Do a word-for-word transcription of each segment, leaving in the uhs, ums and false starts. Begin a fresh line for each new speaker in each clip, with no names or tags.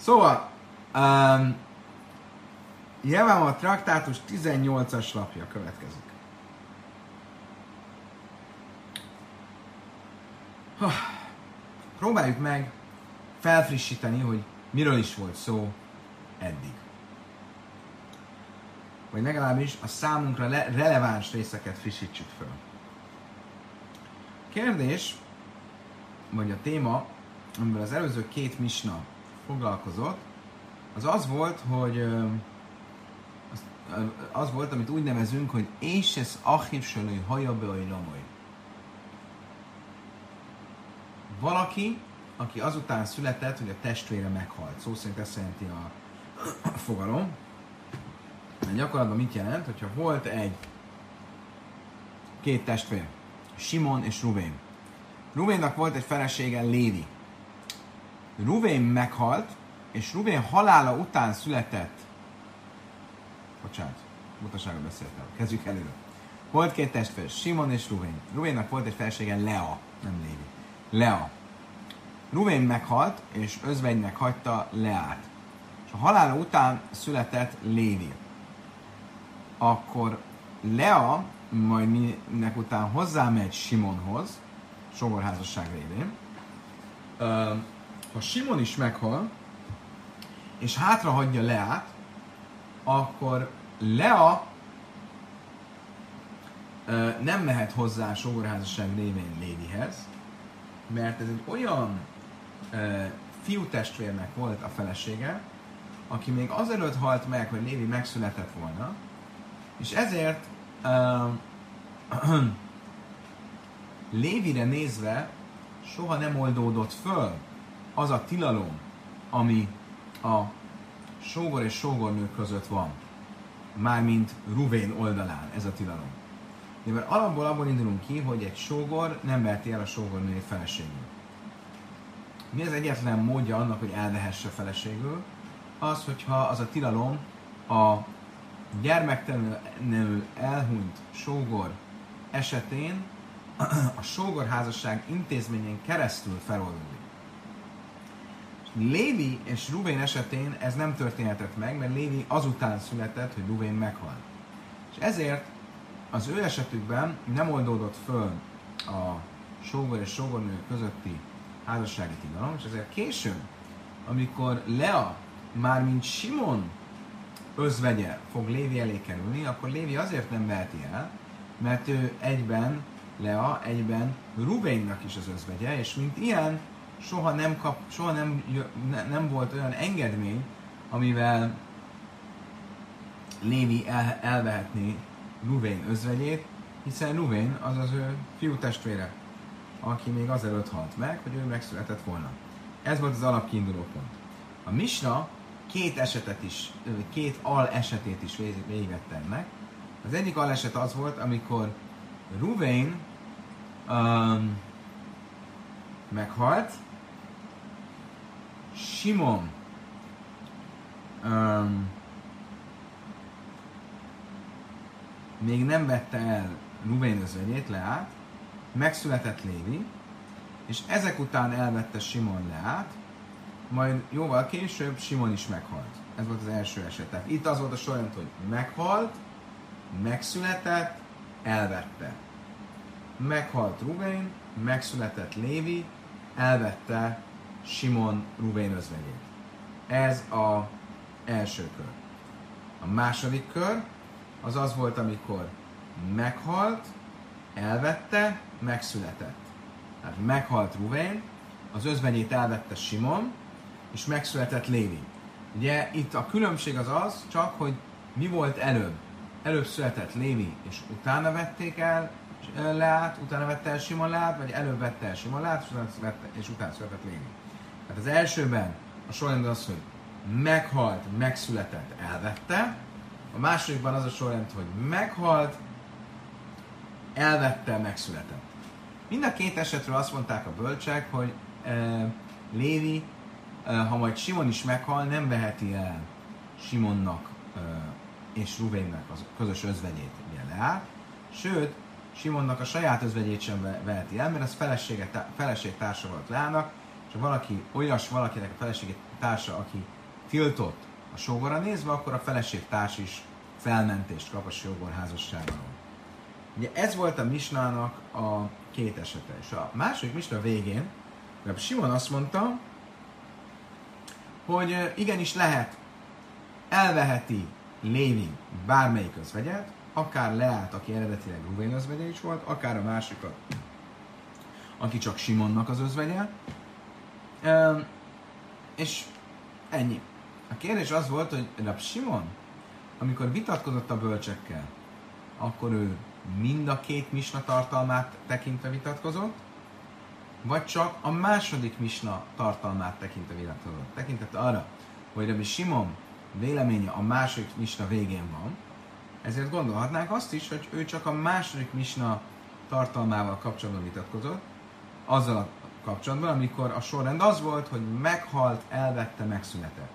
Szóval, um, Jevama traktátus tizennyolcas lapja következik. Ha, próbáljuk meg felfrissíteni, hogy miről is volt szó eddig. Vagy legalábbis a számunkra le- releváns részeket frissítsük föl. A kérdés, vagy a téma, amivel az előző két misna foglalkozott, az az volt, hogy az, az volt, amit úgy nevezünk, hogy és ez achiv sölői hajabeai lamoly. Valaki, aki azután született, hogy a testvére meghalt. Szó szerint ezt jelenti a, a fogalom. Gyakorlatban mit jelent, hogyha volt egy két testvér, Simon és Ruvén. Ruvénnak volt egy felesége, Lévi. Ruvén meghalt, és Ruvén halála után született, bocsánat, mutasága beszéltem, kezdjük előre. Volt két testvér, Simon és Ruvén. Ruvénnak volt egy felesége, Lea, nem Lévi. Lea. Ruvén meghalt, és özvegynek hagyta Leát. És a halála után született Lévi. Akkor Lea majd minek után hozzámegy Simonhoz, sógorházasság révén. Ha Simon is meghal, és hátrahagyja Leát, akkor Lea nem mehet hozzá a sógorházasság révén Lévihez, mert ez egy olyan fiútestvérnek volt a felesége, aki még azelőtt halt meg, hogy Lévi megszületett volna, és ezért uh, Lévire nézve soha nem oldódott föl az a tilalom, ami a sógor és sógornő között van. Mármint Ruvén oldalán ez a tilalom. Mert alapból abból indulunk ki, hogy egy sógor nem veheti el a sógornői feleségül. Mi az egyetlen módja annak, hogy elvehesse feleségül? Az, hogyha az a tilalom a gyermektelenül elhunyt sógor esetén a sógorházasság intézményén keresztül feloldódik. Lévi és Ruvén esetén ez nem történhetett meg, mert Lévi azután született, hogy Ruvén meghalt. És ezért az ő esetükben nem oldódott föl a sógor és sógornő közötti házassági tilalom, és ezért később, amikor Lea már mint Simon özvegye fog Lévi elé kerülni, akkor Lévi azért nem veheti el, mert ő egyben Lea, egyben Ruvénnak is az özvegye, és mint ilyen soha nem kap, soha nem, nem volt olyan engedmény, amivel Lévi el, elvehetné Ruvén özvegyét, hiszen Ruvén az az ő fiútestvére, aki még azelőtt halt meg, hogy ő megszületett volna. Ez volt az alapkiinduló pont. A misna két esetet is, két al esetét is végigvette ennek. Az egyik al eset az volt, amikor Ruvén um, meghalt, Simon um, még nem vette el Ruvén özvegyét, Leát, megszületett Lévi, és ezek után elvette Simon Leát, majd jóval később Simon is meghalt. Ez volt az első eset. Tehát itt az volt a sorrend, hogy meghalt, megszületett, elvette. Meghalt Ruvén, megszületett Lévi, elvette Simon Ruvén özvegyét. Ez az első kör. A második kör az az volt, amikor meghalt, elvette, megszületett. Tehát meghalt Ruvén, az özvegyét elvette Simon, és megszületett Lévi. Ugye itt a különbség az az, csak hogy mi volt előbb. Előbb született Lévi, és utána vették el Leát, utána vette el Simon Leát, vagy előbb vette el Simon Leát, és utána, vette, és utána született Lévi. Tehát az elsőben a sorrend az, hogy meghalt, megszületett, elvette. A másodikban az a sorrend, hogy meghalt, elvette, megszületett. Mind a két esetről azt mondták a bölcsek, hogy e, Lévi, e, ha majd Simon is meghal, nem veheti el Simonnak e, és Ruvénnek a közös özvegyét, ugye Leát. Sőt, Simonnak a saját özvegyét sem veheti el, mert az felesége, feleség társa volt Leának, és ha valaki olyas valakinek a feleségét társa, aki tiltott a sógorra nézve, akkor a feleség társ is felmentést kap a sógor házasságáról. Ugye ez volt a misnának a két esete. És a második misna végén Rabbi Simon azt mondta, hogy igenis lehet, elveheti Lévi bármelyik özvegyet, akár Leát, aki eredetileg Ruvén özvegye is volt, akár a másikat, aki csak Simonnak az özvegye. És ennyi. A kérdés az volt, hogy Rabbi Simon, amikor vitatkozott a bölcsekkel, akkor ő mind a két misna tartalmát tekintve vitatkozott, vagy csak a második misna tartalmát tekintve vitatkozott. Tekintette arra, hogy Rabbi Simon véleménye a második misna végén van, ezért gondolhatnánk azt is, hogy ő csak a második misna tartalmával kapcsolatban vitatkozott, azzal a kapcsolatban, amikor a sorrend az volt, hogy meghalt, elvette, megszületett.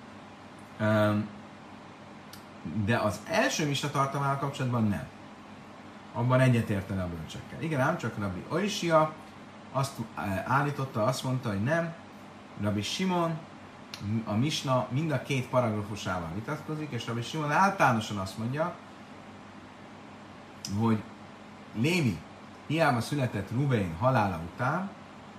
De az első misna tartalmával kapcsolatban nem. Abban egyetértene a bölcsekkel. Igen, ám csak Rabbi Oishia azt állította, azt mondta, hogy nem. Rabbi Simon a misna mind a két paragrafusával vitatkozik, és Rabbi Simon általánosan azt mondja, hogy Lévi hiába született Ruvén halála után,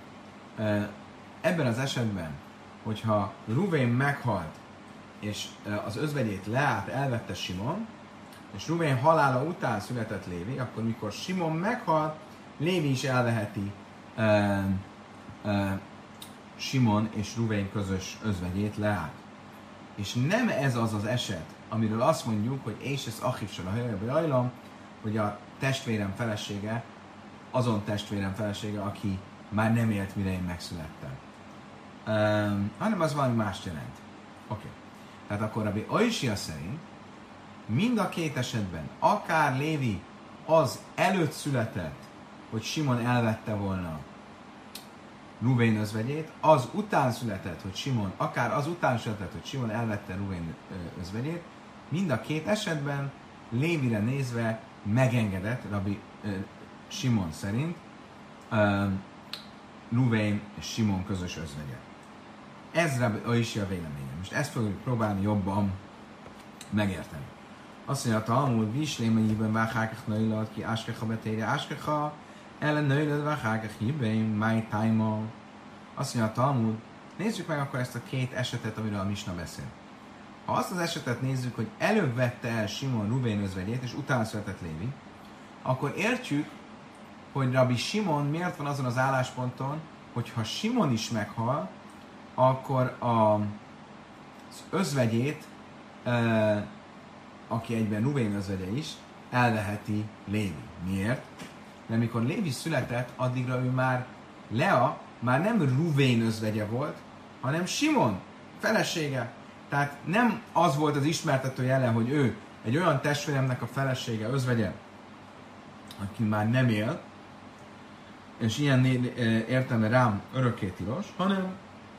ebben az esetben, hogyha Ruvén meghalt, és az özvegyét Leát elvette Simon, és Ruvén halála után született Lévi, akkor mikor Simon meghal, Lévi is elveheti uh, uh, Simon és Ruvén közös özvegyét Leát. És nem ez az az eset, amiről azt mondjuk, hogy és ez Achivsal a helyebe ajlam, hogy a testvérem felesége, azon testvérem felesége, aki már nem élt, mire én megszülettem. Um, hanem az valami mást jelent. Oké. Okay. Tehát akkor Rabbi Oishia szerint mind a két esetben, akár Lévi az előtt született, hogy Simon elvette volna Ruvén özvegyét, az után született, hogy Simon, akár az után született, hogy Simon elvette Ruvén özvegyét, mind a két esetben Lévire nézve megengedett Rabbi uh, Simon szerint uh, Ruvén és Simon közös özvegye. Ez Rabbi Oishia véleménye. Most ezt fogjuk próbálni jobban megérteni. Azt mondja, a Talmud, Vislém-ben vághákach nőlad ki áskecha betérje áskecha, ellen nőlad vághákach hibben, máj tájma. Azt mondja, a Talmud, nézzük meg akkor ezt a két esetet, amiről a misna beszél. Ha azt az esetet nézzük, hogy előbb vette el Simon Ruvén özvegyét, és utána született Lévi, akkor értjük, hogy Rabbi Simon miért van azon az állásponton, hogy ha Simon is meghal, akkor a, az özvegyét, e, aki egyben Ruvén özvegye is, elveheti Lévi. Miért? Mert amikor Lévi született, addigra ő már Lea már nem Ruvén özvegye volt, hanem Simon felesége. Tehát nem az volt az ismertető jele, hogy ő egy olyan testvéremnek a felesége, özvegye, aki már nem él, és ilyen értelme rám örökké tilos, hanem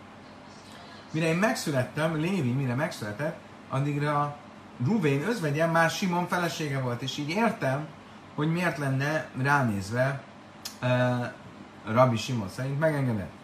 mire én megszülettem, Lévi mire megszületett, addigra Ruvén özvegye már Simon felesége volt, és így értem, hogy miért lenne ránézve uh, Rabbi Simon szerint megengedett.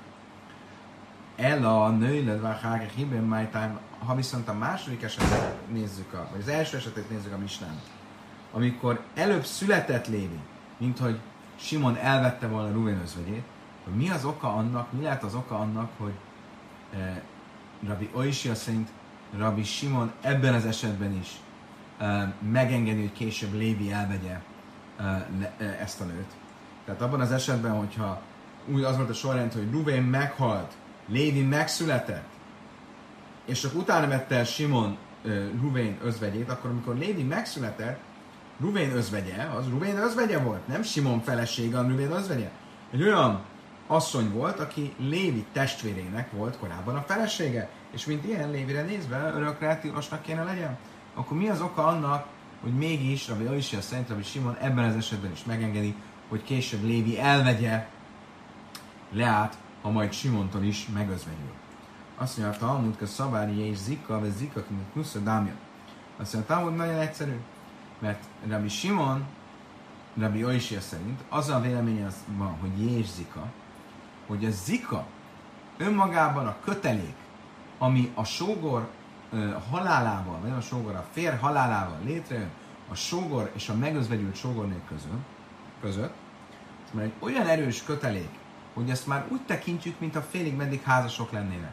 Ella nőled vághágek hibben májtám, ha viszont a második esetet nézzük, a, vagy az első esetet nézzük a misnán, amikor előbb született Lévi, mint hogy Simon elvette volna Ruvén özvegyét, hogy mi az oka annak, mi lehet az oka annak, hogy eh, Rabbi Oishia szerint Rabbi Simon ebben az esetben is eh, megengedi, hogy később Lévi elvegye eh, le, eh, ezt a nőt. Tehát abban az esetben, hogyha úgy az volt a sorrend, hogy Ruvén meghalt, Lévi megszületett, és csak utána vette el Simon uh, Ruvén özvegyét, akkor amikor Lévi megszületett, Ruvén özvegye, az Ruvén özvegye volt, nem Simon felesége, hanem Ruvén özvegye. Egy olyan asszony volt, aki Lévi testvérének volt korábban a felesége, és mint ilyen Lévire nézve örökre tilosnak kéne legyen. Akkor mi az oka annak, hogy mégis Rabbi Oishia szerint Rabbi Simon ebben az esetben is megengedi, hogy később Lévi elvegye Leát, ha majd Simontól is megözvegyül. Azt mondja, a Talmud, hogy szabári és zika, vagy zika, mint kusza dámja. Azt mondja, a Talmud nagyon egyszerű, mert Rabbi Simon, Rabbi Oishia szerint az a véleménye az van, hogy jés zika, hogy a zika önmagában a kötelék ami a sógor uh, halálával, vagy a sógor a férj halálával létrejön, a sógor és a megözvegyült sógornő között, között, ez már egy olyan erős kötelék, hogy ezt már úgy tekintjük, mint a félig meddig házasok lennének.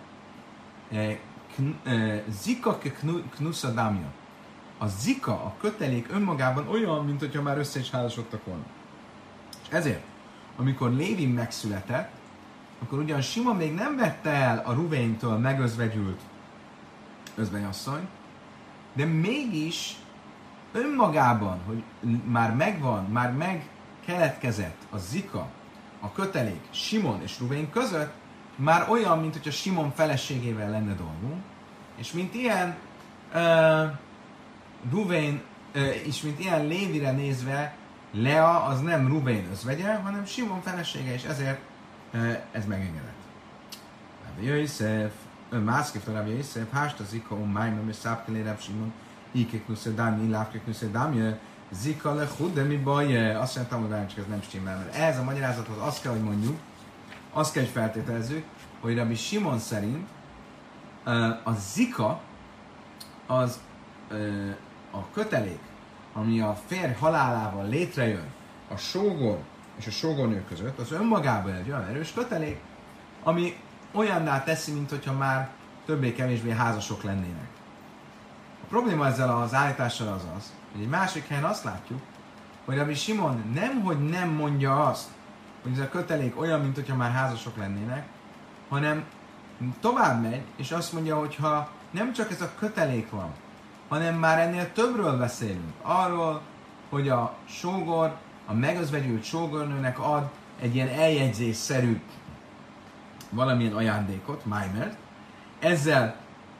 Zika knusza dámja. A zika, a kötelék önmagában olyan, mint hogyha már össze is házasodtak volna. És ezért, amikor Lévi megszületett, akkor ugyan Simon még nem vette el a Ruvéntől megözvegyült özvegyasszony, de mégis önmagában, hogy már megvan, már megkeletkezett a zika, a kötelék Simon és Ruvén között, már olyan, mint hogyha Simon feleségével lenne dolgunk, és mint ilyen uh, Ruvén, uh, és mint ilyen Lévire nézve, Lea az nem Ruvén özvegye, hanem Simon felesége, és ezért uh, ez megengedett. Rabbi Yosef, másképp Rabbi Yosef, hásta zika, um májmem, és szápkelé Rab Simon, íkék nusze dámje, ilávkék nusze dámje, zika le de mi baj, azt mondtam, hogy csak ez nem stimmel, mert ehhez a magyarázathoz azt kell, hogy mondjuk, azt kell, hogy feltételezzük, hogy Rabbi Simon szerint a zika az a kötelék, ami a férj halálával létrejön a sógor és a sógornő között, az önmagában egy olyan erős kötelék, ami olyanná teszi, mint hogyha már többé-kevésbé házasok lennének. A probléma ezzel az állítással az az, hogy egy másik helyen azt látjuk, hogy Rabbi Simon nemhogy nem mondja azt, hogy ez a kötelék olyan, mint hogyha már házasok lennének, hanem tovább megy, és azt mondja, hogy ha nem csak ez a kötelék van, hanem már ennél többről beszélünk. Arról, hogy a sógor, a megözvegyült sógornőnek ad egy ilyen eljegyzésszerű valamilyen ajándékot, májmert. Ezzel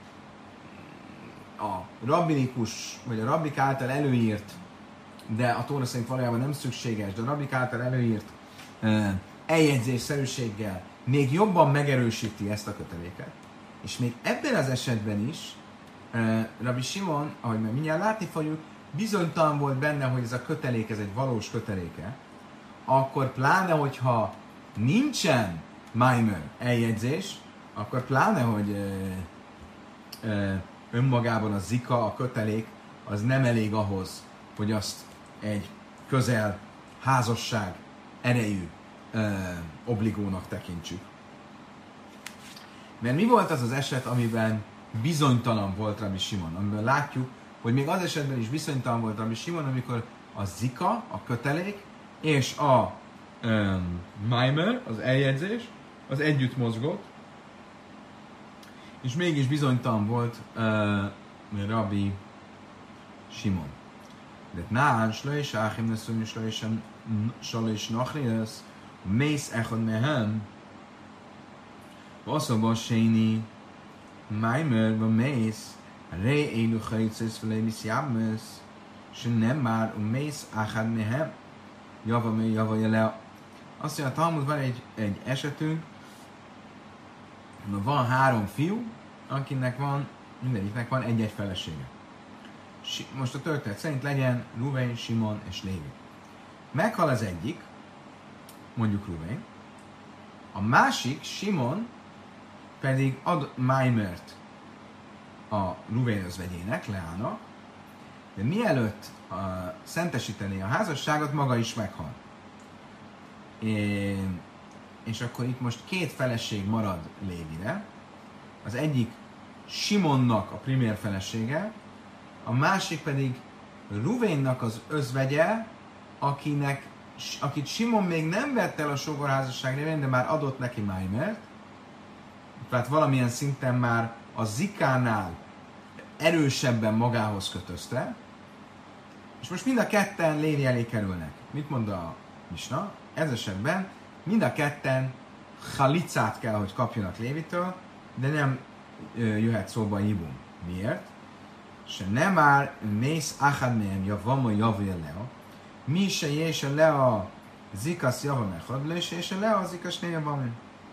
a rabbinikus, vagy a rabbik által előírt, de a Tóra szerint valójában nem szükséges, de a rabbik által előírt uh, eljegyzésszerűséggel még jobban megerősíti ezt a köteléket. És még ebben az esetben is uh, Rabbi Simon, ahogy már mindjárt látni fogjuk, bizonytalan volt benne, hogy ez a kötelék, ez egy valós köteléke, akkor pláne, hogyha nincsen Maimer eljegyzés, akkor pláne, hogy uh, uh, önmagában a zika, a kötelék, az nem elég ahhoz, hogy azt egy közel házasság erejű uh, obligónak tekintsük. Mert mi volt az az eset, amiben bizonytalan volt Rabbi Simon? Amiben látjuk, hogy még az esetben is bizonytalan volt Rabbi Simon, amikor a zika, a kötelék, és a um, maimer, az eljegyzés, az együtt mozgott, és mégis bizonytalan volt uh, Rabbi Simon. De nán, slöjs, áhim, neszünk, slöjs, slöjs, nachriesz, mész echad mehem, vasszabban séni, maimer, va mész, ré élu hajcesz, felé miszjábmesz, se nem már, mész echad mehem, java me, java jele. Azt mondja, a Talmud van egy, egy esetünk, van három fiú, akinek van, mindegyiknek van egy-egy felesége. Most a történet szerint legyen Ruvén, Simon és Lévi. Meghal az egyik, mondjuk Ruvén, a másik, Simon, pedig ad Maimert a Ruvén özvegyének, Leának, de mielőtt uh, szentesíteni a házasságot, maga is meghal. É, és akkor itt most két feleség marad Lévire. Az egyik Simonnak a primér felesége, a másik pedig Ruvénnak az özvegye, akinek, akit Simon még nem vett el a sógorházasság révén, de már adott neki Maimert. Tehát valamilyen szinten már a zikánál erősebben magához kötözte. És most mind a ketten Lévi elé kerülnek. Mit mond a Misna? Ez esetben mind a ketten halicát kell, hogy kapjanak Lévitől, de nem jöhet szóba Jibum. Miért? Se nem már mész achad mehem javama javja leo, mi se jése le a zikas java mechad, le se jése le a zikas ne javami.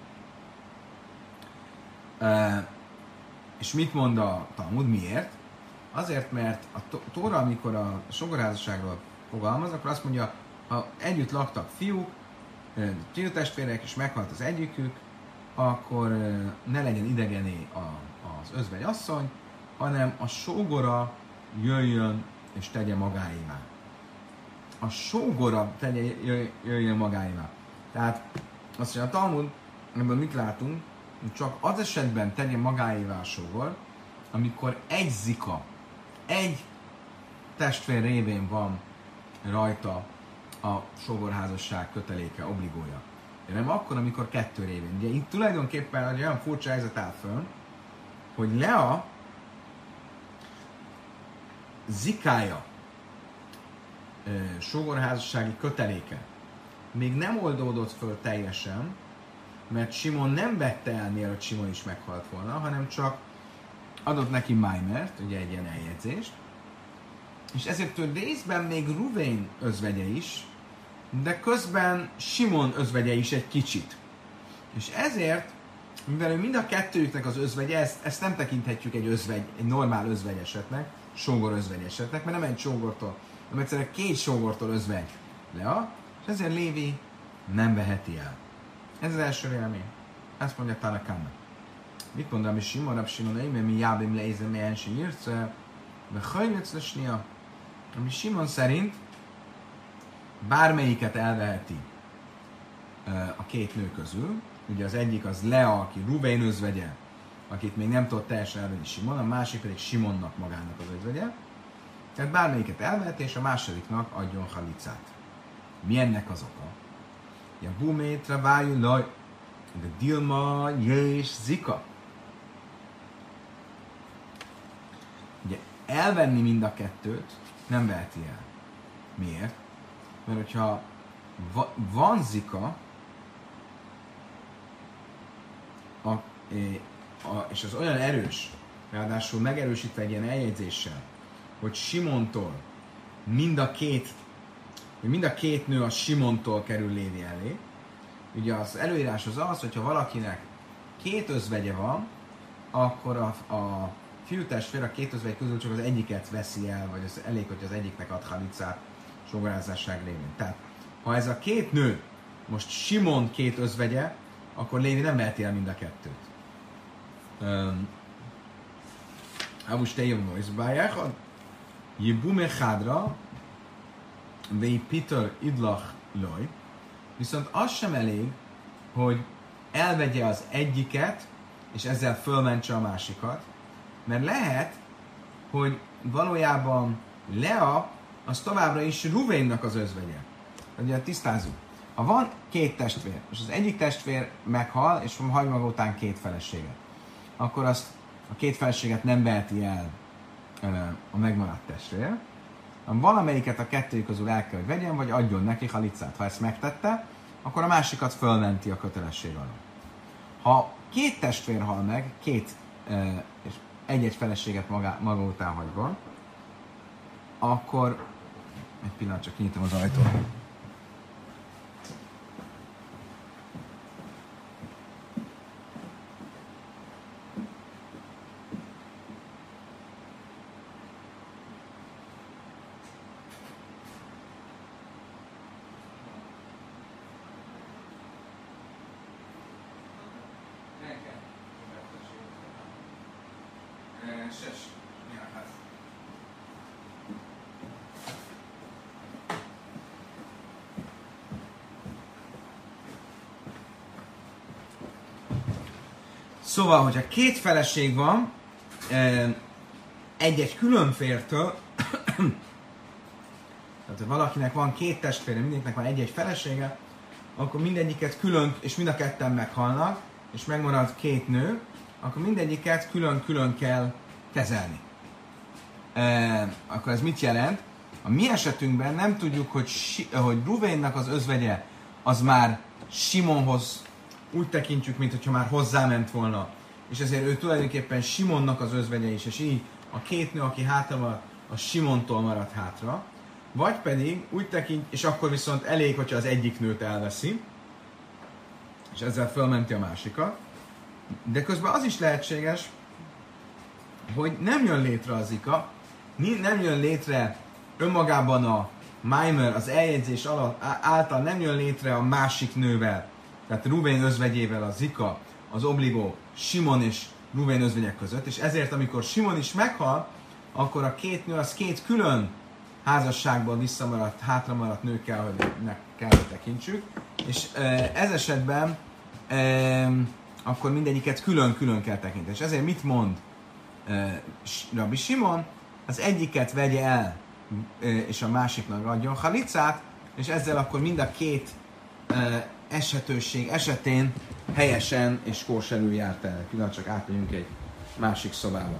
Uh, és mit mond a Talmud? Miért? Azért, mert a Tóra, amikor a sógorházasságról fogalmaz, akkor azt mondja, ha együtt laktak fiúk, fiútestvérek, és meghalt az egyikük, akkor ne legyen idegené a, az özvegy asszony, hanem a sógora jöjjön és tegye magáévá. A sógora tegye, jöjjön magáévá. Tehát azt mondja, a Talmud, ebből mit látunk, hogy csak az esetben tegye magáévá a sógor, amikor egy zika, egy testvér révén van rajta a sógorházasság köteléke, obligója. De nem akkor, amikor kettő révén. Ugye itt tulajdonképpen egy olyan furcsa helyzet áll fönn, hogy Lea zikája, sógorházassági köteléke még nem oldódott föl teljesen, mert Simon nem vette el, mielőtt Simon is meghalt volna, hanem csak adott neki Maimert, ugye egy ilyen eljegyzést, és ezért ő részben még Ruvén özvegye is, de közben Simon özvegye is egy kicsit. És ezért, mivel ő mind a kettőjüknek az özvegye, ezt, ezt nem tekinthetjük egy özvegy, egy normál özvegy esetnek, sógor özvegy esetnek, mert nem egy sógortól, hanem egyszerűen két sógortól özvegy Lea, és ezért Lévi nem veheti el. Ez az első vélemény. Ezt mondja Tanakána. Mit mondom, hogy Simon, Rab Simon, mert mi jábim leézem, mi ensi írce, de hajlőc lesnia. Ami Simon szerint bármelyiket elveheti a két nő közül. Ugye az egyik az Lea, aki Ruvén özvegye, akit még nem tudott teljesen elvenni Simon, a másik pedig Simonnak magának az özvegye. Tehát bármelyiket elveheti, és a másodiknak adjon halicát. Mi ennek az oka? Ja, bumétre vájú laj, de Dilma, és Zika. Ugye elvenni mind a kettőt nem veheti el. Miért? Mert hogyha va- van Zika, a, a, és az olyan erős, ráadásul megerősítve egy ilyen eljegyzéssel, hogy Simontól mind a két hogy mind a két nő a Simontól kerül Lévi elé. Ugye az előírás az az, hogyha valakinek két özvegye van, akkor a, a fiútestvér a két özvegy közül csak az egyiket veszi el, vagy az elég, hogy az egyiknek ad halicát sógorházasság révén. Tehát, ha ez a két nő most Simon két özvegye, akkor Lévi nem veheti el mind a kettőt. Most te jön Noizbáják, a Jibume Chádra, Vei Peter Idlach Loj, viszont az sem elég, hogy elvegye az egyiket, és ezzel fölmentse a másikat, mert lehet, hogy valójában Lea az továbbra is Ruvénnak az özvegye. Ugye tisztázzuk. Ha van két testvér, és az egyik testvér meghal, és hagy maga után két feleséget, akkor azt a két feleséget nem veheti el a megmaradt testvér, hanem valamelyiket a kettő közül el kell, hogy vegyen, vagy adjon neki halicát. Ha ezt megtette, akkor a másikat fölmenti a kötelesség alól. Ha két testvér hal meg, két és egy-egy feleséget maga, maga után hagyva, akkor egy pillanat, csak kinyitom az ajtót. Szóval, hogyha két feleség van, egy-egy külön fértől, tehát ha valakinek van két testvére, mindegyiknek van egy-egy felesége, akkor mindegyiket külön, és mind a ketten meghalnak, és megmarad két nő, akkor mindegyiket külön-külön kell kezelni. E, akkor ez mit jelent? A mi esetünkben nem tudjuk, hogy, hogy Ruvénnak az özvegye az már Simonhoz úgy tekintjük, mintha már hozzáment volna, és ezért ő tulajdonképpen Simonnak az özvegye is, és így a két nő, aki hátra van, a Simontól marad hátra, vagy pedig úgy tekint, és akkor viszont elég, hogyha az egyik nőt elveszi, és ezzel fölmenti a másikat, de közben az is lehetséges, hogy nem jön létre az zika, nem jön létre önmagában a Maimer, az eljegyzés alatt, által nem jön létre a másik nővel, tehát Ruvén özvegyével a zika, az obligó Simon és Ruvén özvegyek között, és ezért amikor Simon is meghal, akkor a két nő az két külön házasságból visszamaradt, hátramaradt nő kell, hogy meg kell, hogy tekintsük, és ez esetben akkor mindegyiket külön-külön kell tekinteni. És ezért mit mond Rabbi Simon? Az egyiket vegye el, és a másiknak adjon halicát, és ezzel akkor mind a két esetőség esetén helyesen és kóserül járt el. Pillanat, csak átmegyünk egy másik szobába.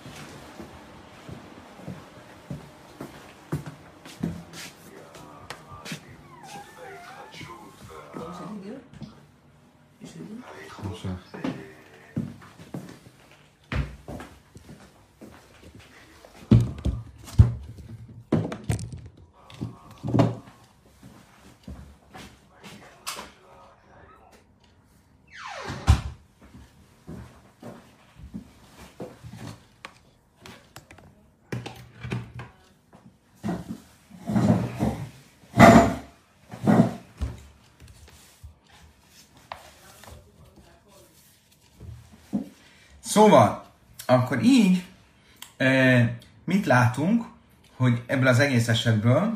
Szóval, akkor így e, mit látunk, hogy ebből az egész esetből,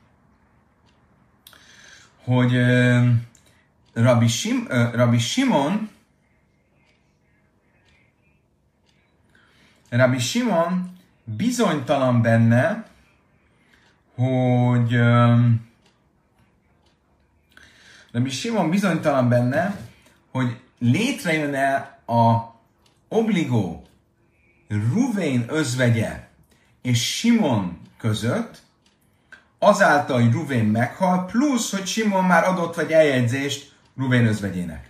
hogy e, Rabbi, Sim, e, Rabbi Simon Rabbi Simon bizonytalan benne, hogy e, Rabbi Simon bizonytalan benne, hogy létrejön-e a obligó Ruvén özvegye és Simon között, azáltal, hogy Ruvén meghal, plusz, hogy Simon már adott vagy eljegyzést Ruvén özvegyének.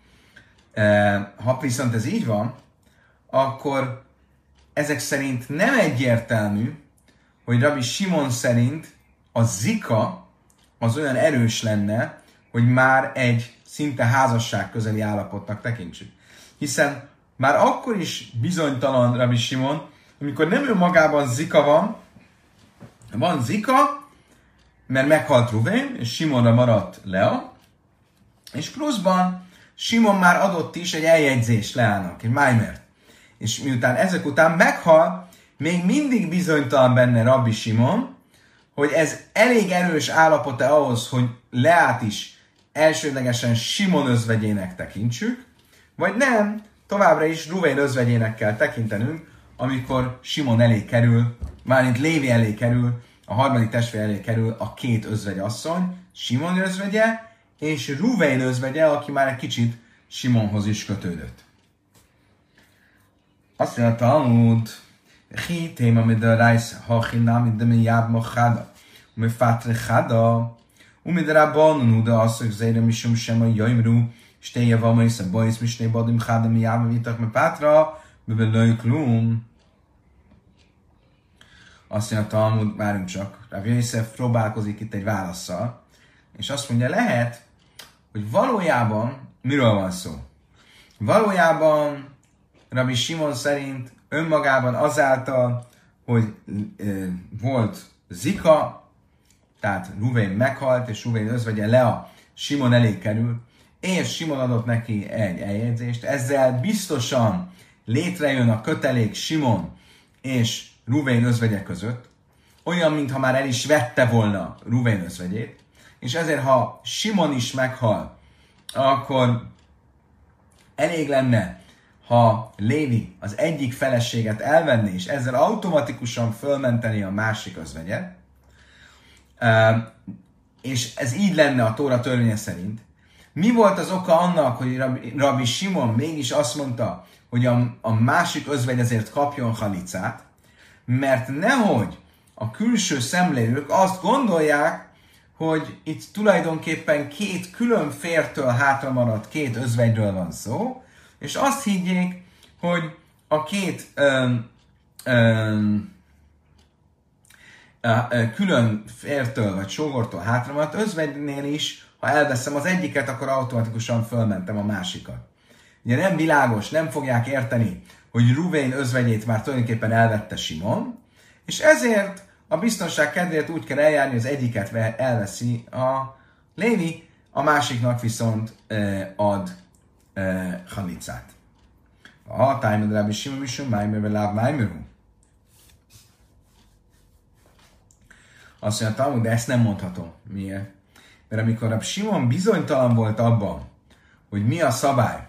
Ha viszont ez így van, akkor ezek szerint nem egyértelmű, hogy Rabbi Simon szerint a zika az olyan erős lenne, hogy már egy szinte házasság közeli állapotnak tekintsük. Hiszen már akkor is bizonytalan Rabbi Simon, amikor nem ő magában zika van, van zika, mert meghalt Ruvén, és Simonra maradt Lea, és pluszban Simon már adott is egy eljegyzést Leának, egy májmert. És miután ezek után meghal, még mindig bizonytalan benne Rabbi Simon, hogy ez elég erős állapot-e ahhoz, hogy Leát is elsődlegesen Simon özvegyének tekintsük, vagy nem, továbbra is Ruvén özvegyének kell tekintenünk, amikor Simon elé kerül, mármint Lévi elé kerül, a harmadik testvér elé kerül a két özvegyasszony, Simon özvegye, és Ruvén özvegye, aki már egy kicsit Simonhoz is kötődött. Azt mondja, Talmud, hi téma midra rajsz, ha hinna midra mi jáb mochada, mi fátre chada, umidra banon, de azt, hogy zére misum sem a jaimru, stéje van, és a bajsz misné badim chada, mi jáb, vitak me pátra, mivel lőj klum. Azt mondja, Talmud, várjunk csak, Rav Yosef próbálkozik itt egy válasszal, és azt mondja, lehet, hogy valójában miről van szó? Valójában Rabbi Simon szerint önmagában azáltal, hogy e, volt zika, tehát Ruvén meghalt, és Ruvén özvegye Lea Simon elé kerül, és Simon adott neki egy eljegyzést, ezzel biztosan létrejön a kötelék Simon és Ruvén özvegye között, olyan, mintha már el is vette volna Ruvén özvegyét, és ezért, ha Simon is meghal, akkor elég lenne, ha Lévi az egyik feleséget elvenni, és ezzel automatikusan fölmenteni a másik özvegyet, és ez így lenne a Tóra törvénye szerint. Mi volt az oka annak, hogy Rabbi, Rabbi Simon mégis azt mondta, hogy a, a másik özvegy ezért kapjon halicát? Mert nehogy a külső szemlélők azt gondolják, hogy itt tulajdonképpen két külön fértől hátra maradt két özvegyről van szó, és azt higgyék, hogy a két öm, öm, külön fértől vagy sógortól hátra maradt özvegynél is, ha elveszem az egyiket, akkor automatikusan fölmentem a másikat. Ugye nem világos, nem fogják érteni, hogy Ruvén özvegyét már tulajdonképpen elvette Simon, és ezért a biztonság kedvéért úgy kell eljárni, hogy az egyiket elveszi a Lévi, a másiknak viszont ad e, halicát. A hatálymed Rabbi Simon Misum Májmer láb Májmerú. Azt mondja, Talmud, de ezt nem mondhatom. Miért? Mert amikor Rabbi Simon bizonytalan volt abban, hogy mi a szabály,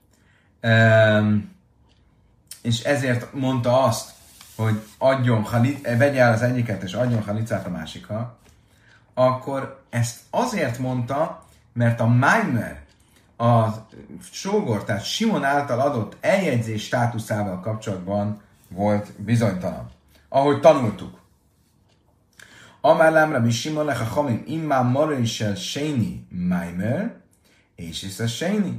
um, és ezért mondta azt, hogy adjon halicát, vegye el az egyiket, és adjon halicát a másikra, akkor ezt azért mondta, mert a Májmer, a sógor, tehát Simon által adott eljegyzés státuszával kapcsolatban volt bizonytalan. Ahogy tanultuk. Amár lám Rabbi Simon lech a chamim immá maréssel séni Májmer, és is a séni.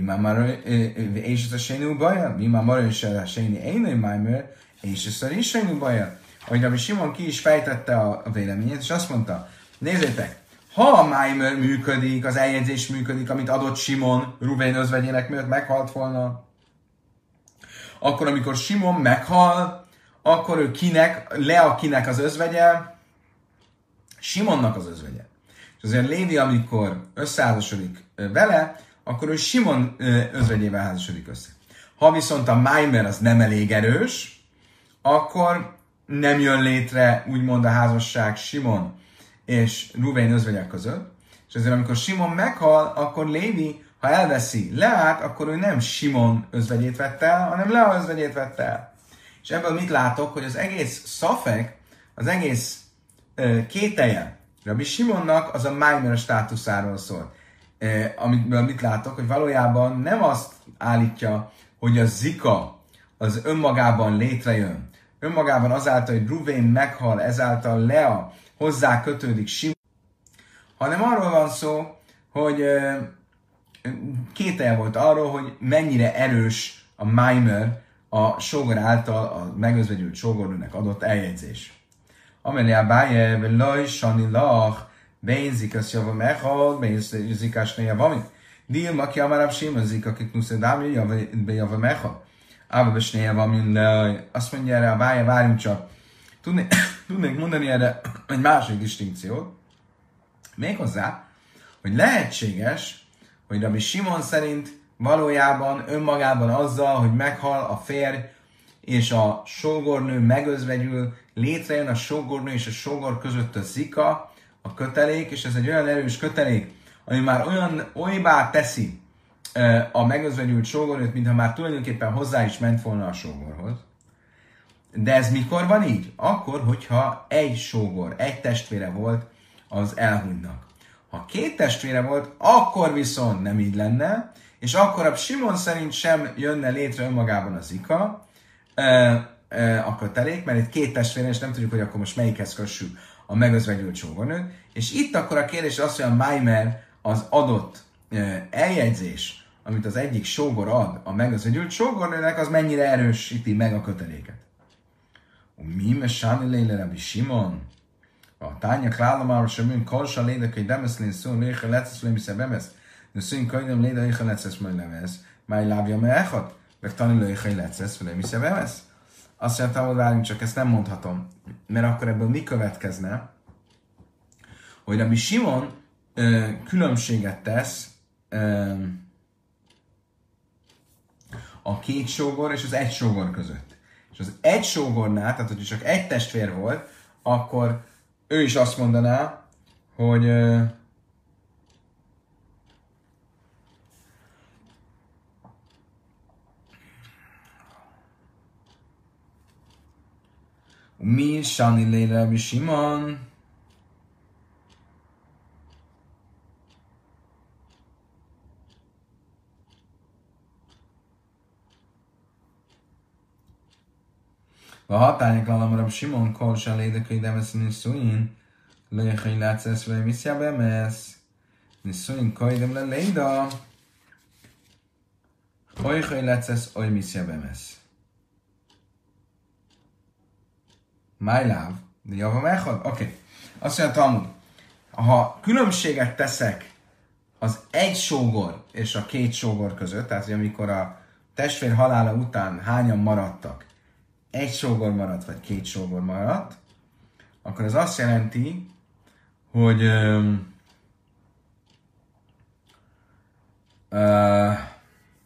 És is a séni ubaja. Immá maréssel séni énő Májmer, és is a séni ubaja. Ahogy Rabbi Simon ki is fejtette a véleményét, és azt mondta, nézzétek, ha a Májmer működik, az eljegyzés működik, amit adott Simon Ruvén özvegyének, mielőtt meghalt volna, akkor amikor Simon meghal, akkor ő kinek, Lea kinek az özvegye? Simonnak az özvegye. És azért Lévi, amikor összeházasodik vele, akkor ő Simon özvegyével házasodik össze. Ha viszont a Májmer az nem elég erős, akkor nem jön létre úgymond a házasság Simon és Ruvén özvegyek között, és ezért amikor Simon meghal, akkor Lévi, ha elveszi Leát, akkor ő nem Simon özvegyét vette el, hanem Lea özvegyét vette el. És ebből mit látok, hogy az egész szafek, az egész uh, kételje Rabbi Simonnak az a Májmer státuszáról szól. Uh, amiből mit látok, hogy valójában nem azt állítja, hogy a zika az önmagában létrejön. Önmagában azáltal, hogy Ruvén meghal, ezáltal Lea hozzá kötődik Simon, hanem arról van szó, hogy kételje volt arról, hogy mennyire erős a Májmer a sógor által a megözvegyült sógornőnek adott eljegyzés. Amelé a báje, vagy laj, sani lach, bénzik az javam echad, bénzik az javamit. Díl, maki amarab Simon zik, akik nuszedám, javam echad. Ába besné javamin laj. Azt mondja erre a báje, várjunk csak. Tudnék, tudnék mondani erre egy másik distinkciót, méghozzá, hogy lehetséges, hogy Rabbi Simon szerint valójában önmagában azzal, hogy meghal a férj és a sógornő megözvegyül, létrejön a sógornő és a sógor között a zika, a kötelék, és ez egy olyan erős kötelék, ami már olyan olybá teszi a megözvegyült sógornőt, mintha már tulajdonképpen hozzá is ment volna a sógorhoz. De ez mikor van így? Akkor, hogyha egy sógor, egy testvére volt az elhunytnak. Ha két testvére volt, akkor viszont nem így lenne, és akkor a Simon szerint sem jönne létre önmagában az zika, a kötelék, mert itt két testvére, és nem tudjuk, hogy akkor most melyikhez kössük a megözvegyült sógornőt. És itt akkor a kérdés az, hogy a Májmer az adott eljegyzés, amit az egyik sógor ad a megözvegyült sógornőnek, az mennyire erősíti meg a köteléket. Mi mesáni léle Rabbi Simon? A tányak lállamára sem műn kalsa lédek, hogy demeszlén szó, léhe lecesz, lémisze bemesz. De szűn könyvem léde, léhe lecesz, majd lemesz. Máj lábja mehet, meg tanuló léhe lecesz, lémisze bemesz. Azt mondtam, hogy várjunk csak, ezt nem mondhatom. Mert akkor ebből mi következne? Hogy Rabbi Simon ö, különbséget tesz ö, a két sógor és az egy sógor között. És az egy sógornál, tehát hogyha csak egy testvér volt, akkor ő is azt mondaná, hogy uh, mi Sani Léle Rabbi Simon a hatányok lálam Rabbi Simon kolsa lédekei demesz niszuin léhei látszesz vele miszja bemesz niszuin kajdem le léda olyhei látszesz oly miszja bemesz. My love, de java meghad? Oké. Okay. Azt mondja Talmud, ha különbséget teszek az egy sógor és a két sógor között, tehát hogy amikor a testvér halála után hányan maradtak, egy sógor maradt, vagy két sógor maradt, akkor ez azt jelenti, hogy um, uh,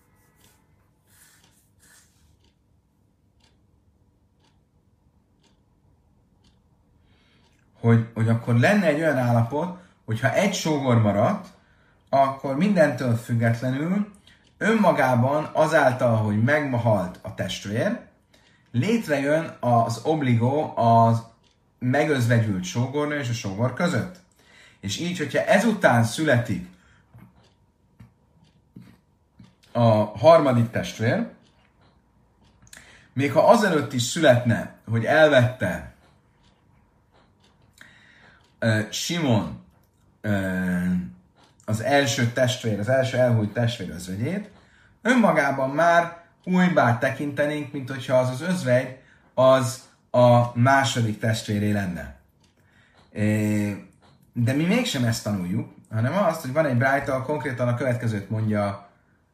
hogy, hogy akkor lenne egy olyan állapot, hogyha egy sógor maradt, akkor mindentől függetlenül önmagában azáltal, hogy megmahalt a testvér, létrejön az obligó az megözvegyült sógornő és a sógor között. És így, hogyha ezután születik a harmadik testvér, még ha azelőtt is születne, hogy elvette uh, Simon uh, az első testvér, az első elhújt testvér özvegyét, önmagában már újbá tekintenénk, mint hogyha az az özvegy az a második testvéré lenne. De mi mégsem ezt tanuljuk, hanem azt, hogy van egy brájta, konkrétan a következőt mondja,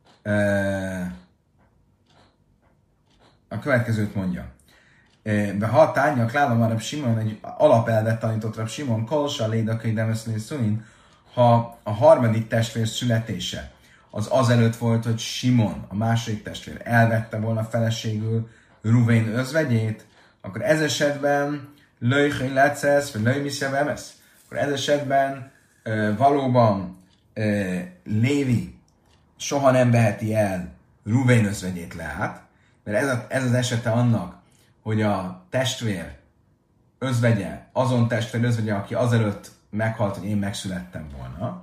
a következőt mondja. Be ha tárnya, klálom arab Simon, egy alapelvet tanított Rab Simon, kolsa lédakai demeszlé szunin, ha a harmadik testvér születése az azelőtt volt, hogy Simon, a második testvér elvette volna feleségül Ruvén özvegyét, akkor ez esetben löjjön lecesz, vagy löjjön miszjavemesz. Akkor ez esetben e, valóban e, Lévi soha nem veheti el Ruvén özvegyét Leát, mert ez, a, ez az esete annak, hogy a testvér özvegye, azon testvér özvegye, aki azelőtt meghalt, hogy én megszülettem volna.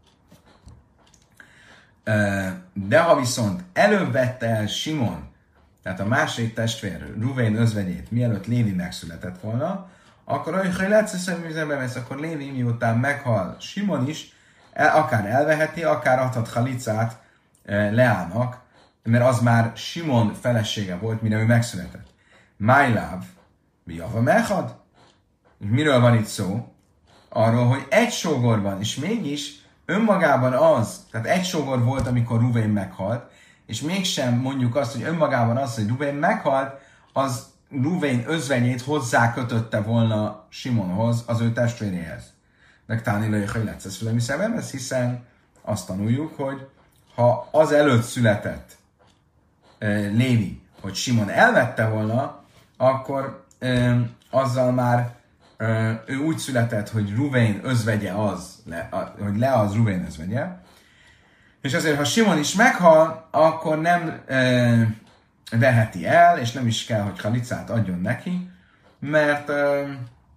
De ha viszont előbb vette el Simon, tehát a másik testvér Ruvén özvegyét, mielőtt Lévi megszületett volna, akkor olyan, hogy lesz, akkor Lévi miután meghal Simon is, el, akár elveheti, akár adhat halicát Leának, mert az már Simon felesége volt, mire ő megszületett. Májláv, mi a mechad? Miről van itt szó? Arról, hogy egy sógor van, és mégis önmagában az, tehát egy sógor volt, amikor Ruvén meghalt, és mégsem mondjuk azt, hogy önmagában az, hogy Ruvén meghalt, az Ruvén özvegyét hozzá kötötte volna Simonhoz, az ő testvéréhez. De táni lőjük, hogy lesz ez fülemi szemem, hiszen azt tanuljuk, hogy ha az előtt született e, Lévi, hogy Simon elvette volna, akkor e, azzal már e, ő úgy született, hogy Ruvén özvegye az, le, a, hogy le az Ruvén özvegye, és azért, ha Simon is meghal, akkor nem e, veheti el, és nem is kell, hogy halicát adjon neki, mert e,